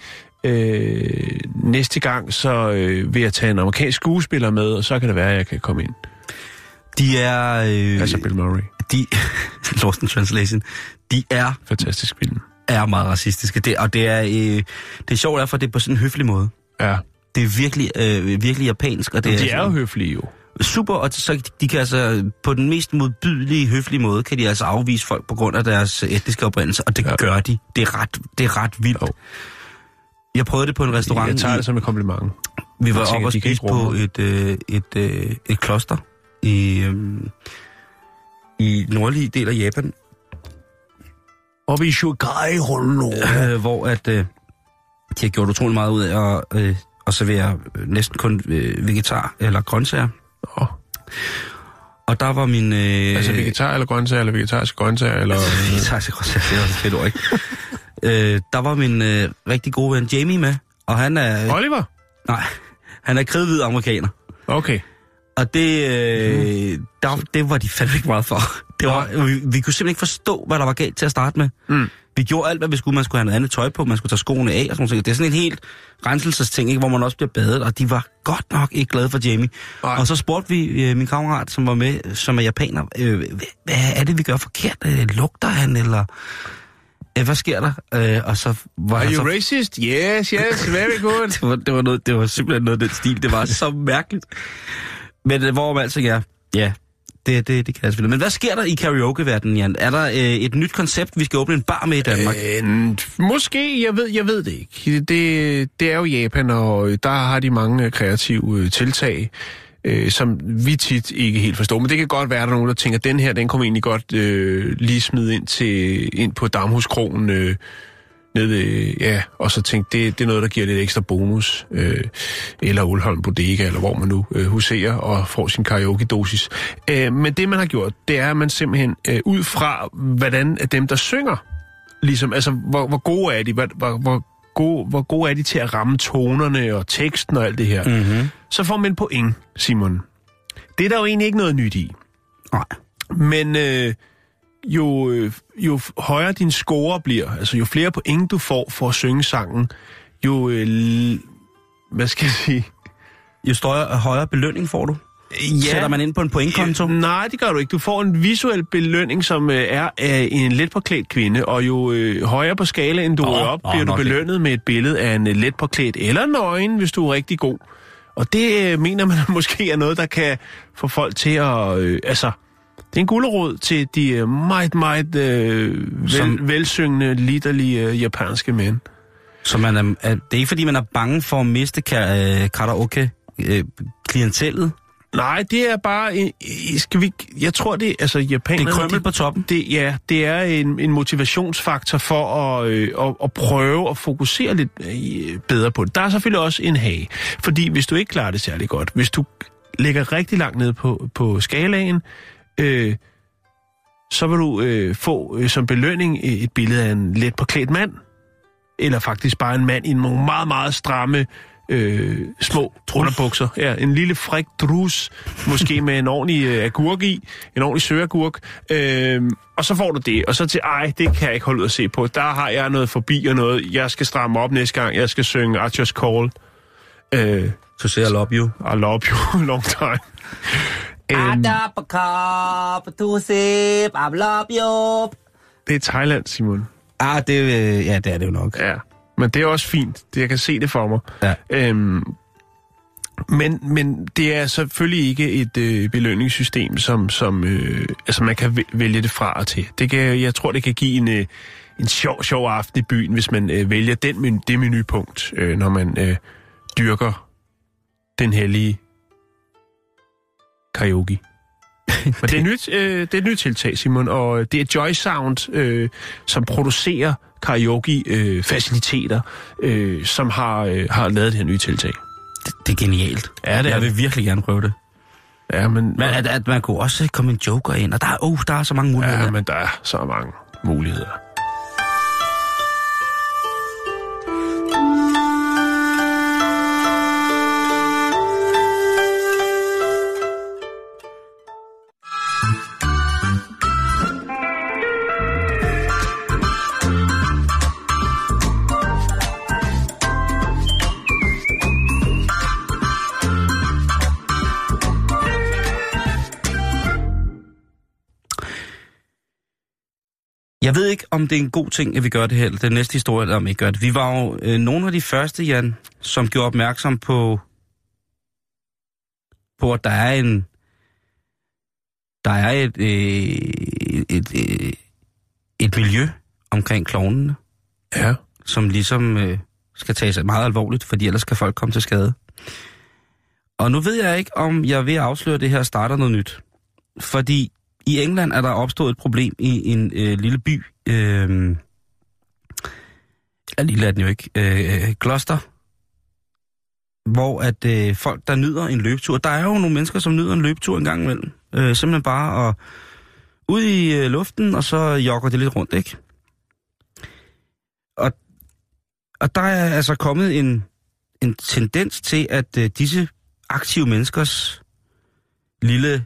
Næste gang, så vil jeg tage en amerikansk skuespiller med, og så kan det være, at jeg kan komme ind. De er... Altså Bill Murray. Lost in Translation. De er... Fantastisk film. Er meget racistiske. Det er sjovt, for det er på sådan en høflig måde. Ja. Det er virkelig japansk. Og det de er jo høflige jo. Super, og så de kan altså på den mest modbydelige, høflige måde, kan de altså afvise folk på grund af deres etniske oprindelse, og det gør de. Det er ret vildt. Jeg prøvede det på en restaurant. Jeg tager det som et kompliment. Vi var oppe og spise på et kloster i nordlige del af Japan. Oppe i Shukai, hvor at de har gjort utrolig meget ud af at servere næsten kun vegetar eller grøntsager. Og der var min... altså vegetar eller grøntsager, eller vegetariske grøntsager, eller... Vegetariske grøntsager, det er også et fedt ord, ikke? Der var min rigtig gode ven Jamie med, og han er... Oliver? Nej, han er kridhvid amerikaner. Okay. Og det var de fandme ikke meget for. Vi kunne simpelthen ikke forstå, hvad der var galt til at starte med. Vi gjorde alt, hvad vi skulle. Man skulle have noget andet tøj på, man skulle tage skoene af og sådan noget. Det er sådan en helt renselsesting, ikke, hvor man også bliver badet, og de var godt nok ikke glade for Jamie. Og så spurgte vi min kammerat, som var med, som er japaner, hvad er det, vi gør forkert? Lugter han, eller... hvad sker der? Og så var Are you racist? Yes, very good. det var simpelthen noget af den stil. Det var så mærkeligt. Men hvor man altså, ja, det kan jeg selvfølgelig. Men hvad sker der i karaoke-verdenen, Jan? Er der et nyt koncept, vi skal åbne en bar med i Danmark? Måske, jeg ved det ikke. Det er jo Japan, og der har de mange kreative tiltag, som vi tit ikke helt forstår. Men det kan godt være, at der er nogen, der tænker, at den her, den kommer egentlig godt lige smide ind på Damhuskrogen, og så tænkte, det er noget, der giver lidt ekstra bonus, eller Ulholm Bodega, eller hvor man nu huserer og får sin karaoke-dosis. Men det, man har gjort, det er, at man simpelthen ud fra, hvordan dem, der synger, ligesom, altså, hvor gode er de, hvor gode er de til at ramme tonerne og teksten og alt det her, så får man point, Simon. Det er der jo egentlig ikke noget nyt i. Nej. Men... Jo højere din score bliver, altså jo flere point du får for at synge sangen, jo, hvad skal jeg sige? Jo højere belønning får du? Ja. Sætter man ind på en pointkonto? Nej, det gør du ikke. Du får en visuel belønning, som er en letpåklædt kvinde, og jo højere på skalaen du er op, bliver du belønnet med et billede af en letpåklædt eller nøgen, hvis du er rigtig god. Og det mener man måske er noget, der kan få folk til at... Det er en gulerod til de meget velsyngende, litterlige japanske mænd. Så det er ikke fordi, man er bange for at miste karaoke-klientellet? Nej, det er bare... jeg tror, det altså japanerne... Det er krømmel på toppen. Det er en motivationsfaktor for at prøve at fokusere lidt bedre på det. Der er selvfølgelig også en hage. Fordi hvis du ikke klarer det særlig godt, hvis du ligger rigtig langt ned på skalaen, så vil du få som belønning et billede af en let påklædt mand. Eller faktisk bare en mand i nogle meget, meget stramme... små underbukser. Ja, en lille fræk drus, måske med en ordentlig agurk i, en ordentlig søagurk. Og så får du det, og så til, det kan jeg ikke holde ud at se på. Der har jeg noget forbi og noget, jeg skal stramme op næste gang, jeg skal synge Archer's Call. Så siger I love you. I love you, long time. Det er Thailand, Simon. Det er det jo nok. Ja. Men det er også fint. Jeg kan se det for mig. Ja. Men det er selvfølgelig ikke et belønningssystem, som man kan vælge det fra og til. Jeg tror, det kan give en sjov aften i byen, hvis man vælger det menupunkt, når man dyrker den hellige karaoke. Men det er et nyt tiltag, Simon, og det er Joy Sound, som producerer karaoke-faciliteter, som har lavet det her nye tiltag. Det er genialt. Ja, jeg vil virkelig gerne prøve det. Ja, men at man kunne også komme en joker ind, og der er så mange muligheder. Ja, men der er så mange muligheder. Jeg ved ikke, om det er en god ting, at vi gør det her, eller den næste historie, eller om vi gør det. Vi var jo nogle af de første, Jan, som gjorde opmærksom på at der er et miljø omkring klovnene, ja, som ligesom skal tage sig meget alvorligt, fordi ellers kan folk komme til skade. Og nu ved jeg ikke, om jeg ved at afsløre det her starter noget nyt. Fordi i England er der opstået et problem i en lille by. Lille er den jo ikke. Gloucester. Hvor at folk, der nyder en løbetur. Der er jo nogle mennesker, som nyder en løbetur en gang imellem. Simpelthen bare at ud i luften, og så jogger det lidt rundt, ikke? Og der er altså kommet en tendens til, at disse aktive menneskers lille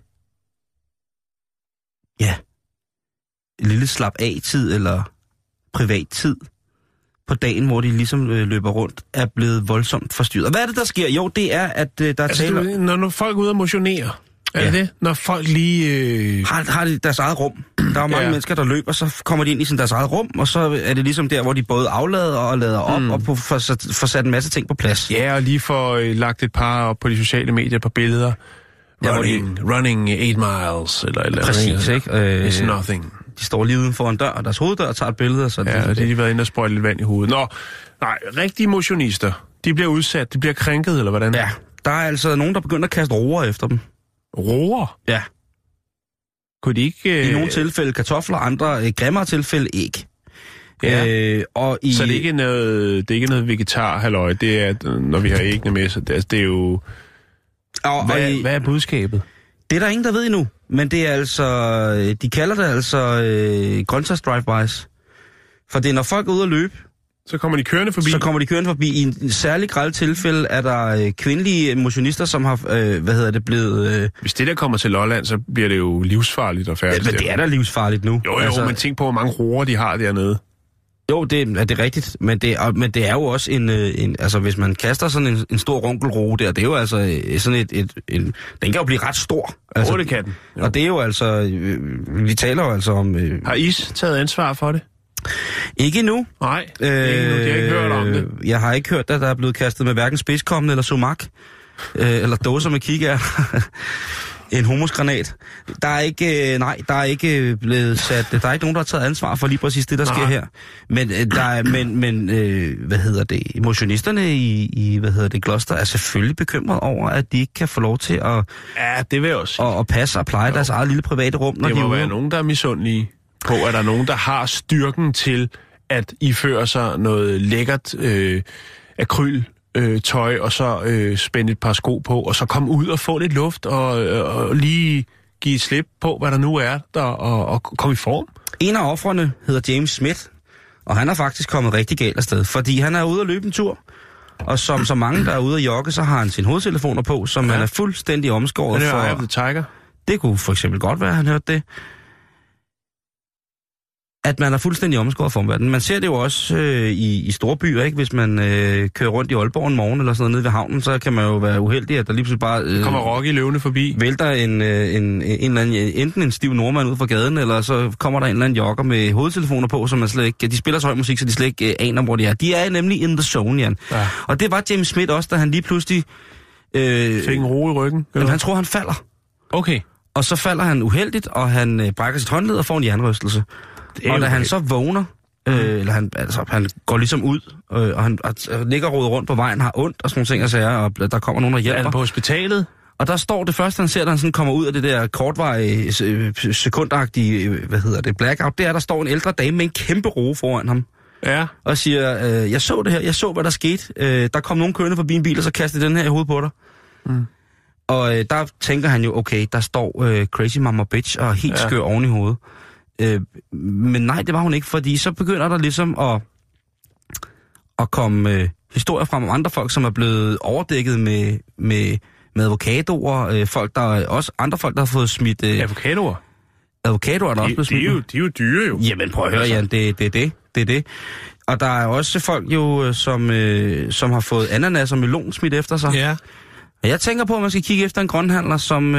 slap af tid eller privat tid på dagen, hvor de ligesom løber rundt, er blevet voldsomt forstyrret. Hvad er det, der sker? Jo, det er, at der taler... Når folk er ude og motionere, er det? Når folk lige... Har de deres eget rum. Der er mange mennesker, der løber, så kommer de ind i deres eget rum, og så er det ligesom der, hvor de både aflader og lader op, og får sat en masse ting på plads. Ja, og lige får lagt et par op på de sociale medier på billeder. Running 8 miles, eller præcis, ikke? It's nothing. De står lige uden for en dør, og deres hoveddør og tager et billede. Så ja, og de har været inde og sprøjte lidt vand i hovedet. Nej, rigtige motionister, de bliver udsat, de bliver krænket, eller hvordan? Ja, der er altså nogen, der begynder at kaste roer efter dem. Roer? Ja. Kunne de ikke... I nogle tilfælde kartofler, andre grimmere tilfælde æg. Ja. Så det er ikke noget vegetar-halløj, det er, når vi har æggene med, så det er jo... Hvad er budskabet? Det er der ingen, der ved endnu, men det er altså, de kalder det altså grøntsags drive-bys. For det er, når folk er ude at løbe, så kommer de kørende forbi. I en særlig grel tilfælde er der kvindelige motionister, som har, blevet... Hvis det der kommer til Lolland, så bliver det jo livsfarligt og færdigt. Ja, men det er da livsfarligt nu. Jo, altså, men tænk på, hvor mange roer de har dernede. Jo, det er rigtigt, men det er jo også en altså hvis man kaster sådan en stor runkelroe der, det er jo altså sådan den kan jo blive ret stor. Altså, det kan den. Jo. Og det er jo altså, vi taler jo altså om... Har IS taget ansvar for det? Ikke endnu. Nej, ikke endnu. De har ikke hørt om det. Jeg har ikke hørt, at der er blevet kastet med hverken spidskommende eller sumak, eller dåser med kikærter. En humusgranat. Der er ikke blevet sat... Der er ikke nogen, der har taget ansvar for lige præcis det, der sker her. Men motionisterne i Gloucester er selvfølgelig bekymret over, at de ikke kan få lov til at... Ja, det vil jeg også sige. Og passe og pleje deres eget lille private rum, når det de må være nogen, der er misundelige på, at der er nogen, der har styrken til at iføre sig noget lækkert akryltøj, og så spænde et par sko på, og så komme ud og få lidt luft, og lige give slip på, hvad der nu er der, og komme i form. En af ofrene hedder James Smith, og han er faktisk kommet rigtig galt afsted, fordi han er ude at løbe en tur, og som så mange, der er ude at jogge, så har han sine hovedtelefoner på, som han er fuldstændig omskåret for. Eye of the Tiger. Det kunne for eksempel godt være, at han hørte det. At man er fuldstændig omskåret for omverdenen. Man ser det jo også i store byer, ikke? Hvis man kører rundt i Aalborg en morgen eller sådan noget nede ved havnen, så kan man jo være uheldig, at der lige pludselig bare... kommer Rocky løvende forbi. Vælter en eller anden, enten en stiv nordmand ud fra gaden, eller så kommer der en eller anden jogger med hovedtelefoner på, som man slet ikke... De spiller så høj musik, så de slet ikke aner, hvor de er. De er nemlig in the zone, Jan. Ja. Og det var James Smith også, da han lige pludselig... fik en ro i ryggen? Eller? Han tror, han falder. Okay. Og så falder han uheldigt, og han brækker sit håndled og får en jernrystelse. Og da han så vågner, eller han går ligesom ud, og han ligger rodet rundt på vejen, har ondt og sådan nogle ting og sager, og der kommer nogen, der hjælper. Er han på hospitalet? Og der står det første, han ser, da han sådan kommer ud af det der kortvarige, sekundagtige, blackout, det er, der står en ældre dame med en kæmpe roe foran ham. Ja. Og siger, jeg så det her, jeg så, hvad der skete. Der kom nogen kørende forbi en bil, og så kastede den her i hovedet på dig. Mm. Og der tænker han jo, okay, der står Crazy Mama Bitch og helt skør oven i hovedet. Men nej, det var hun ikke, fordi så begynder der ligesom at komme historier frem om andre folk, som er blevet overdækket med advokatorer, folk, der også andre folk, der har fået smidt... Advokatorer? Advokatorer, der også blevet smidt. De er jo dyre jo. Jamen prøv at høre, Jan, det er det. Og der er også folk jo, som har fået ananas og melon smidt efter sig. Ja. Jeg tænker på, at man skal kigge efter en grønthandler,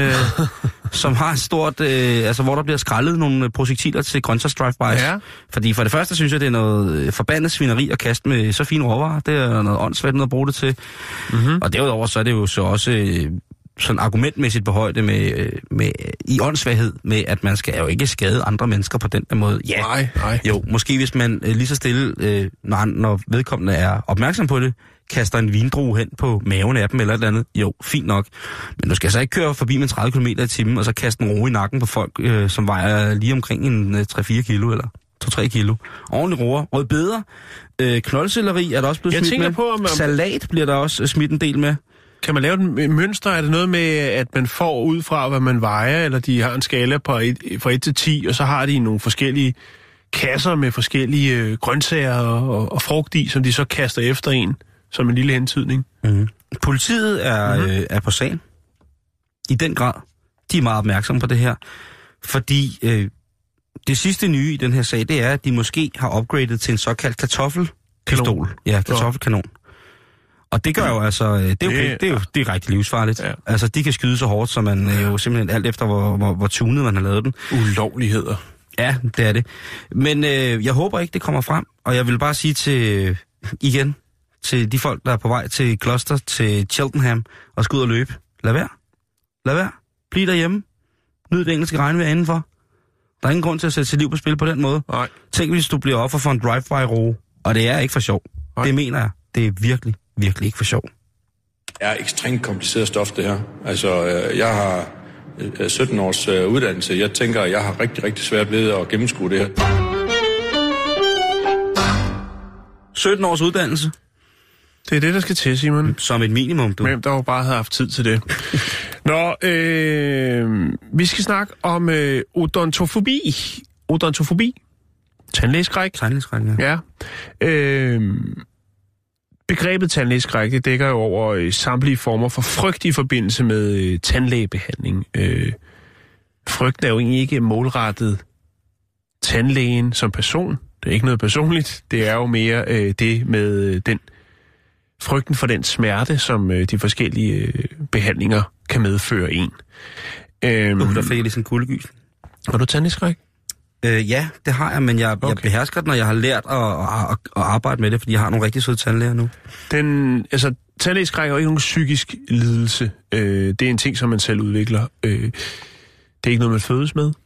som har et stort... hvor der bliver skrællet nogle projektiler til grøntsags drive-bys. Ja. Fordi for det første synes jeg, det er noget forbandet svineri at kaste med så fine råvarer. Det er noget åndssvagt at bruge det til. Mm-hmm. Og derudover så er det jo så også sådan argumentmæssigt på højde med i åndssvaghed med, at man skal jo ikke skade andre mennesker på den måde. Ja, nej. Jo, måske hvis man lige så stille, når vedkommende er opmærksom på det, kaster en vindrue hen på maven af dem eller et eller andet. Jo, fint nok. Men du skal så ikke køre forbi med 30 km i timen, og så kaste en roe i nakken på folk, som vejer lige omkring en 3-4 kilo eller 2-3 kilo. Ordentlig roer. Rødbeder. Knoldselleri er der også blevet smidt med. På, salat bliver der også smidt en del med. Kan man lave et mønster? Er det noget med, at man får ud fra, hvad man vejer, eller de har en skala fra 1 til 10, og så har de nogle forskellige kasser med forskellige grøntsager og frugt i, som de så kaster efter en, som en lille hentydning? Mm. Politiet er på sagen. I den grad. De er meget opmærksomme på det her. Fordi det sidste nye i den her sag, det er, at de måske har upgradet til en såkaldt kartoffelpistol. Ja, kartoffelkanon. Og det gør jo altså, det er okay, det er jo rigtig livsfarligt. Ja. Altså, de kan skyde så hårdt, så man jo simpelthen alt efter, hvor tunet man har lavet den. Ulovligheder. Ja, det er det. Men jeg håber ikke, det kommer frem. Og jeg vil bare sige til de folk, der er på vej til Gloucester, til Cheltenham, og skal ud og løbe. Lad være. Bliv derhjemme. Nyd det engelske regnvejr indenfor. Der er ingen grund til at sætte sit liv på spil på den måde. Nej. Tænk, hvis du bliver offer for en drive-by-roe. Og det er ikke for sjov. Nej. Det mener jeg. Det er virkelig ikke for sjov. Det er ekstremt kompliceret stof, det her. Altså, jeg har 17 års uddannelse. Jeg tænker, jeg har rigtig, rigtig svært ved at gennemskue det her. 17 års uddannelse? Det er det, der skal til, Simon. Som et minimum, du. Hvem der jo bare havde haft tid til det. Nå, vi skal snakke om odontofobi. Odontofobi. Tandlægeskræk. Tandlægeskræk, ja. Ja. Begrebet tandlægeskræk, det dækker jo over samtlige former for frygt i forbindelse med tandlægebehandling. Frygten er jo egentlig ikke målrettet tandlægen som person. Det er ikke noget personligt. Det er jo mere det med den frygten for den smerte, som de forskellige behandlinger kan medføre en. Der fik jeg lige sådan en kuldegys. Har du tandlægeskræk? Ja, det har jeg, men jeg behersker den, og jeg har lært at arbejde med det, fordi jeg har nogle rigtig søde tandlæger nu. Tandlægeskræk er jo ikke nogen psykisk lidelse. Det er en ting, som man selv udvikler. Det er ikke noget, man fødes med.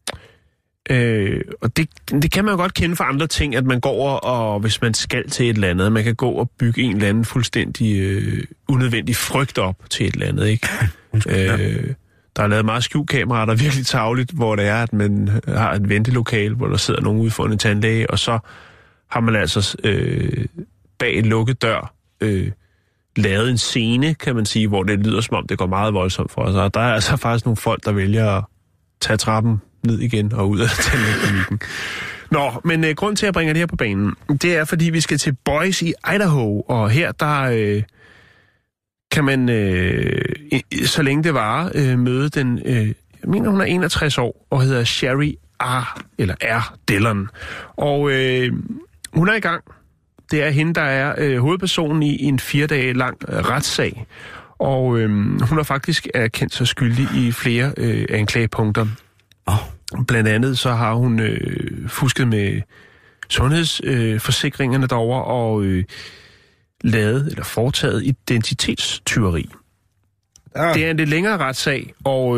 Og det kan man jo godt kende fra andre ting, at man går og hvis man skal til et eller andet, man kan gå og bygge en eller anden fuldstændig unødvendig frygt op til et eller andet, ikke? Der er lavet meget skjulkameraer, der er virkelig tarveligt, hvor det er, at man har et ventelokale, hvor der sidder nogen ude foran en tandlæge, og så har man altså bag en lukket dør lavet en scene, kan man sige, hvor det lyder som om, det går meget voldsomt for os. Og der er altså faktisk nogle folk, der vælger at tage trappen ned igen og ud af tandlægeklinikken. Nå, men grund til at bringe det her på banen, det er, fordi vi skal til Boise i Idaho, og her der kan man, så længe det varer, møde den, jeg mener hun er 61 år, og hedder Sherry R. Dillon. Og hun er i gang. Det er hende, der er hovedpersonen i en 4 dage lang retssag. Og hun har faktisk erkendt sig skyldig i flere anklagepunkter. Blandt andet så har hun fusket med sundhedsforsikringerne derovre og lavet eller foretaget identitetstyveri. Det er en lidt længere retssag, og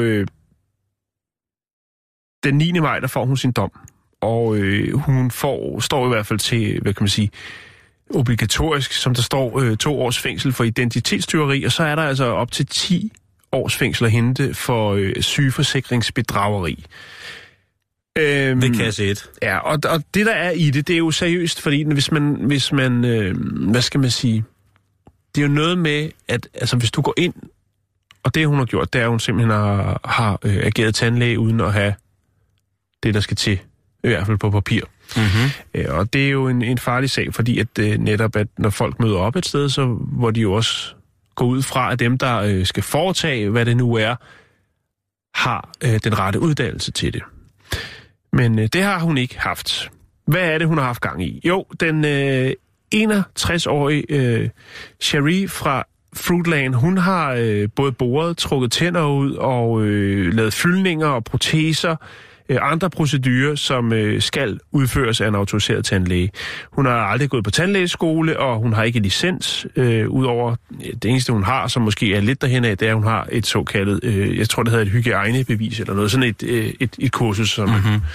den 9. maj, der får hun sin dom. Og hun står i hvert fald til, hvad kan man sige, obligatorisk, som der står 2 års fængsel for identitetstyveri, og så er der altså op til 10 års fængsel at hente for sygeforsikringsbedrageri. Ved kasse 1. Ja, og det der er i det er jo seriøst, fordi hvis man hvad skal man sige, det er jo noget med, at altså hvis du går ind, og det hun har gjort, det er, at hun simpelthen har ageret tandlæge uden at have det, der skal til, i hvert fald på papir. Mm-hmm. Og det er jo en farlig sag, fordi at netop, at når folk møder op et sted, så hvor de jo også går ud fra, at dem, der skal foretage, hvad det nu er, har den rette uddannelse til det. Men det har hun ikke haft. Hvad er det, hun har haft gang i? Jo, den 61-årige Cherie fra Fruitland, hun har både boret, trukket tænder ud og lavet fyldninger og proteser, andre procedurer, som skal udføres af en autoriseret tandlæge. Hun har aldrig gået på tandlægeskole, og hun har ikke licens, udover det eneste, hun har, som måske er lidt derhen af, det er, at hun har et såkaldet, jeg tror, det hedder et hygiejnebevis, eller noget, sådan et kursus. Som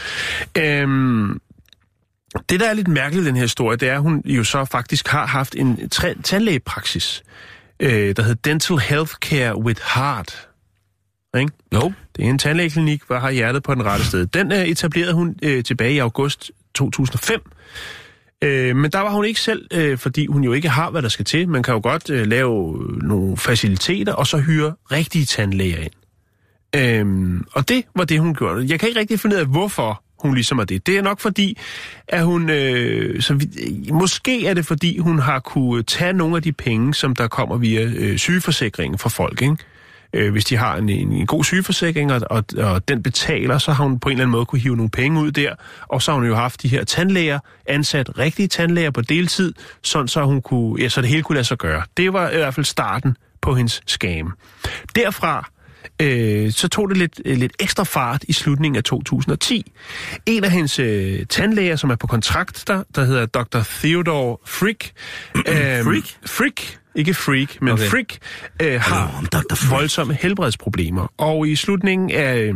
det, der er lidt mærkeligt i den her historie, det er, at hun jo så faktisk har haft en tandlægepraksis, der hedder Dental Healthcare with Heart. Ikke? No. Det er en tandlægeklinik, hvor har hjertet på den rette sted. Den etablerede hun tilbage i august 2005. Men der var hun ikke selv, fordi hun jo ikke har, hvad der skal til. Man kan jo godt lave nogle faciliteter, og så hyre rigtige tandlæger ind. Og det var det, hun gjorde. Jeg kan ikke rigtig finde ud af, hvorfor hun ligesom er det. Det er nok fordi, at hun... måske er det fordi, hun har kunne tage nogle af de penge, som der kommer via sygeforsikringen fra folk, ikke? Hvis de har en god sygeforsikring, og den betaler, så har hun på en eller anden måde kunne hive nogle penge ud der, og så har hun jo haft de her tandlæger, ansat rigtige tandlæger på deltid, sådan så hun kunne, ja, så det hele kunne lade sig gøre. Det var i hvert fald starten på hendes scam. Derfra så tog det lidt ekstra fart i slutningen af 2010. En af hendes tandlæger, som er på kontrakt der hedder Dr. Theodore Frick. Frick? Ikke Freak, men okay. Frick har voldsomme helbredsproblemer. Og i slutningen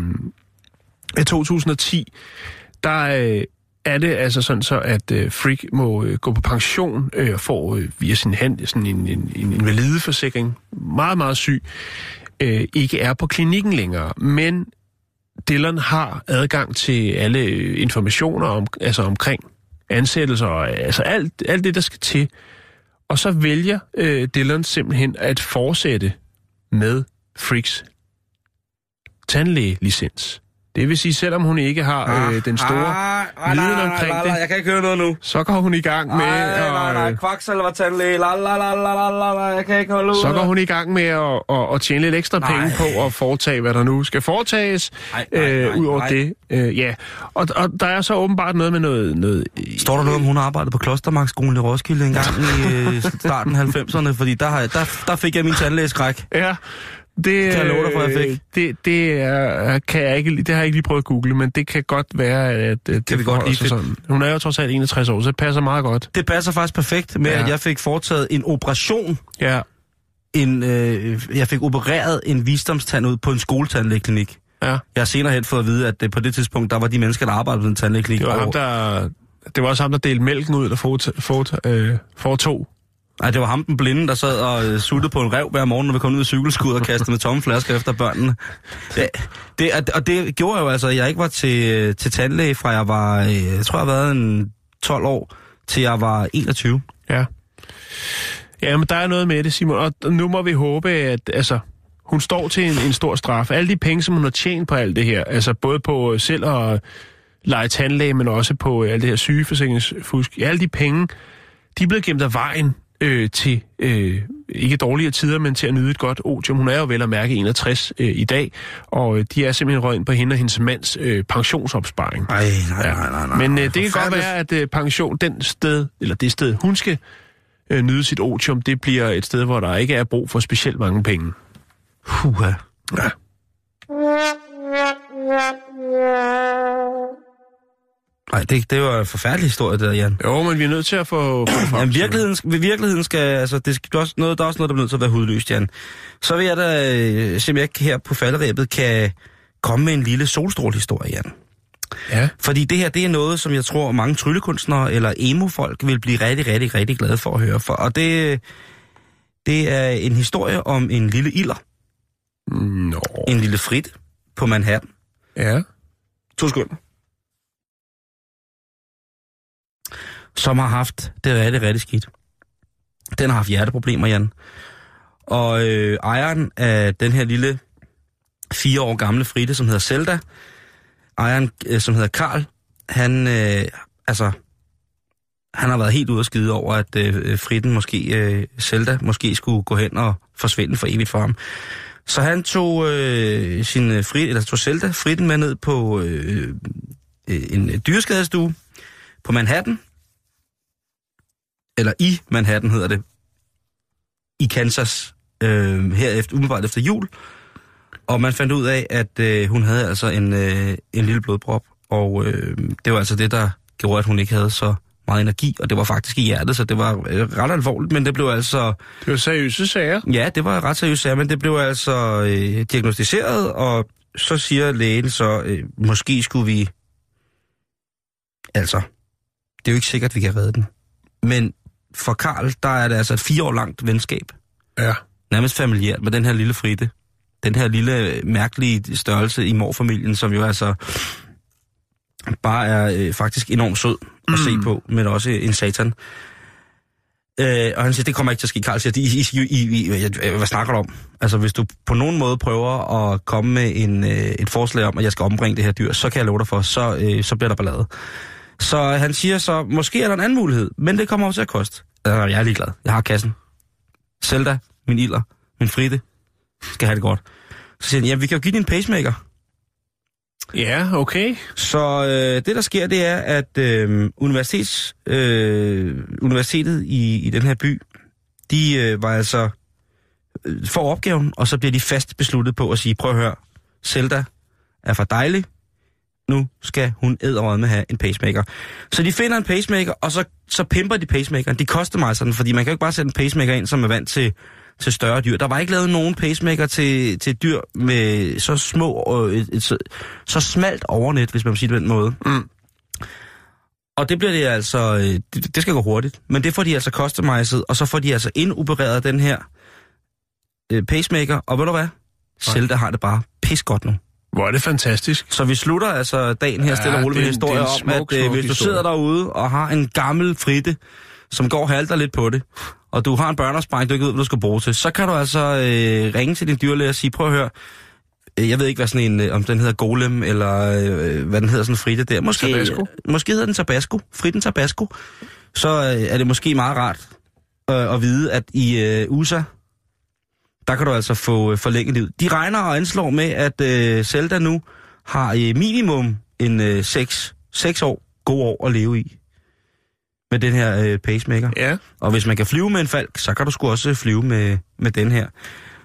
af 2010, der er det altså sådan så, at Frick må gå på pension og få via sin hand sådan en invalideforsikring, meget, meget syg, ikke er på klinikken længere. Men Dillon har adgang til alle informationer omkring ansættelser og altså alt det, der skal til. Og så vælger Dillon simpelthen at fortsætte med Fricks tandlægelicens. Det vil sige, selvom hun ikke har den store viden omkring det... Jeg kan ikke høre noget nu. Så går hun i gang med... Nej, kvaksalver tandlæge, jeg kan ikke holde ud. Så går hun i gang med at tjene lidt ekstra penge på at foretage, hvad der nu skal foretages. Ud over det. Ja, og der er så åbenbart noget med noget... Står der noget om, hun har arbejdet på Klostermarkskolen i Roskilde engang i starten af 90'erne? Fordi der fik jeg min tandlægeskræk. Ja, Det kan jeg love dig for, jeg fik. Det har jeg ikke lige prøvet at google, men det kan godt være, at det vi godt lige sådan. Hun er jo trods alt 61 år, så det passer meget godt. Det passer faktisk perfekt med, at jeg fik foretaget en operation. Ja. Jeg fik opereret en visdomstand ud på en skoletandlægeklinik. Ja. Jeg har senere hen fået at vide, at på det tidspunkt, der var de mennesker, der arbejdede på den tandlægeklinik. Det var også ham, der delte mælken ud, der foretog. Nej, det var ham den blinde, der sad og suttede på en rev hver morgen, når vi kom ud af cykelskud og kastede med tomme flasker efter børnene. Det gjorde jo altså, at jeg ikke var til tandlæge fra jeg var, jeg tror jeg har været en 12 år, til jeg var 21. Ja. Ja, men der er noget med det, Simon, og nu må vi håbe, at hun står til en stor straf. Alle de penge, som hun har tjent på alt det her, altså både på selv at lege tandlæge, men også på alt det her sygeforsikringsfusk, alle de penge, de er blevet gemt af vejen til ikke dårligere tider, men til at nyde et godt otium. Hun er jo vel at mærke 61 i dag, og de er simpelthen røget ind på hende og hendes mands pensionsopsparing. Nej. Men det kan godt være, at pension, det sted, hun skal nyde sit otium, det bliver et sted, hvor der ikke er brug for specielt mange penge. Ja. Nej, det var en forfærdelig historie, det der, Jan. Jo, men vi er nødt til at få Jamen, virkeligheden skal, altså, der er også noget, der er nødt til at være hudløst, Jan. Så vil jeg da, simpelthen ikke her på falderæbet, kan komme med en lille solstrålehistorie, Jan. Ja. Fordi det her, det er noget, som jeg tror, mange tryllekunstnere eller emo-folk vil blive rigtig, rigtig, rigtig glade for at høre for. Og det er en historie om en lille ilder. Nå. En lille Frit på Manhattan. Ja. 2 sekunder. Som har haft det rigtig, rigtig skidt. Den har haft hjerteproblemer, Jan. Og ejeren af den her lille 4 år gamle Fritte, som hedder Zelda, ejeren, som hedder Karl, han har været helt ude at skide over, at Fritten måske, Zelda, måske skulle gå hen og forsvinde for evigt for ham. Så han tog tog Zelda, Fritten, med ned på en dyreskadestue på Manhattan. Eller i Manhattan hedder det. I Kansas. Umiddelbart efter jul. Og man fandt ud af, at hun havde altså en lille blodprop. Og det var altså det, der gjorde, at hun ikke havde så meget energi. Og det var faktisk i hjertet, så det var ret alvorligt. Men det blev altså... Det var seriøse sager? Ja, det var ret seriøse sager, men det blev altså diagnostiseret. Og så siger lægen så, måske skulle vi... Altså, det er jo ikke sikkert, at vi kan redde den. Men for Karl, der er det altså et 4 år langt venskab. Ja. Nærmest familiært med den her lille Fritte. Den her lille mærkelige størrelse i morfamilien, som jo altså bare er faktisk enormt sød at se på, men også en satan. Og han siger, det kommer ikke til at ske. Karl siger, hvad snakker du om? Altså, hvis du på nogen måde prøver at komme med et forslag om, at jeg skal ombringe det her dyr, så kan jeg love dig for, så bliver der ballade. Så han siger så, måske er der en anden mulighed, men det kommer også til at koste. Jeg er ligeglad. Jeg har kassen. Zelda, min ilder, min Fritte, skal have det godt. Så siger han, ja, vi kan jo give din pacemaker. Ja, okay. Så det, der sker, det er, at universitetet i den her by, de var altså får opgaven, og så bliver de fast besluttet på at sige, prøv at høre, Zelda er for dejlig, nu skal hun edderrødme have en pacemaker. Så de finder en pacemaker, og så pimper de pacemakeren. De koster mig sådan, fordi man kan jo ikke bare sætte en pacemaker ind, som er vant til større dyr. Der var ikke lavet nogen pacemaker til dyr med så små og så smalt overnet, hvis man må sige det på den måde. Mm. Og det bliver det altså, det skal gå hurtigt. Men det får de altså customized, og så får de altså indopereret den her pacemaker. Og ved du hvad? Zelda har det bare pis godt nu. Hvor er det fantastisk. Så vi slutter altså dagen her stille og roligt med en historie om, at hvis du sidder derude og har en gammel Fritte, som går og halter lidt på det, og du har en børneopsparing, du ikke ved, hvad du skal bruge til, så kan du altså ringe til din dyrlæge og sige, prøv at høre, jeg ved ikke, hvad sådan en, om den hedder Golem, eller hvad den hedder, sådan en Fritte der. Måske hedder den Tabasco, Fritten Tabasco. Så er det måske meget rart at vide, at i USA, der kan du altså få forlænget livet. De regner og anslår med, at Zelda nu har minimum en 6 år, gode år at leve i. Med den her pacemaker. Ja. Og hvis man kan flyve med en falk, så kan du sgu også flyve med den her.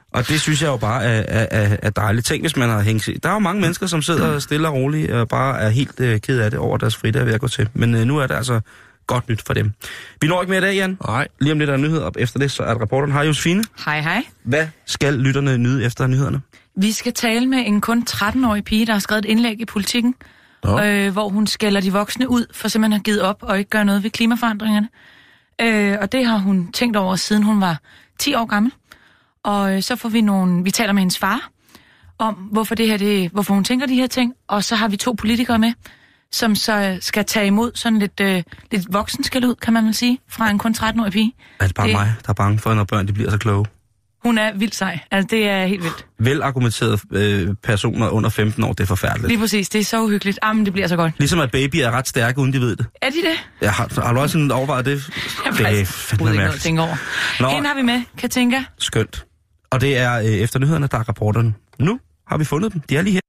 Og det synes jeg jo bare er dejligt. Tænk, hvis man har hængt sig. Der er jo mange mennesker, som sidder stille og roligt og bare er helt ked af det over deres fridag ved at gå til. Men nu er det altså godt nyt for dem. Vi når ikke mere i dag, Jan. Nej. Lige om lidt er nyheder op efter det, så er reporteren. Hej, Josefine. Hej. Hvad skal lytterne nyde efter nyhederne? Vi skal tale med en kun 13-årig pige, der har skrevet et indlæg i Politikken, hvor hun skælder de voksne ud for simpelthen at have givet op og ikke gøre noget ved klimaforandringerne. Og det har hun tænkt over, siden hun var 10 år gammel. Og så får vi taler med hendes far om, hvorfor hun tænker de her ting. Og så har vi 2 politikere med, som så skal tage imod sådan lidt voksenskæld ud, kan man vel sige, fra en kun 13-årig pige. Er det bare mig, der er bange for, når børn de bliver så kloge? Hun er vildt sej. Altså, det er helt vildt. Velargumenterede personer under 15 år, det er forfærdeligt. Lige præcis. Det er så uhyggeligt. Men det bliver så godt. Ligesom at babyer er ret stærke, uden de ved det. Er de det? Ja, har du også sådan overvejet det? Det er fandme mærkeligt. Hende har vi med, Katinka. Skønt. Og det er efter nyhederne, der er rapporterne. Nu har vi fundet dem. De er lige her.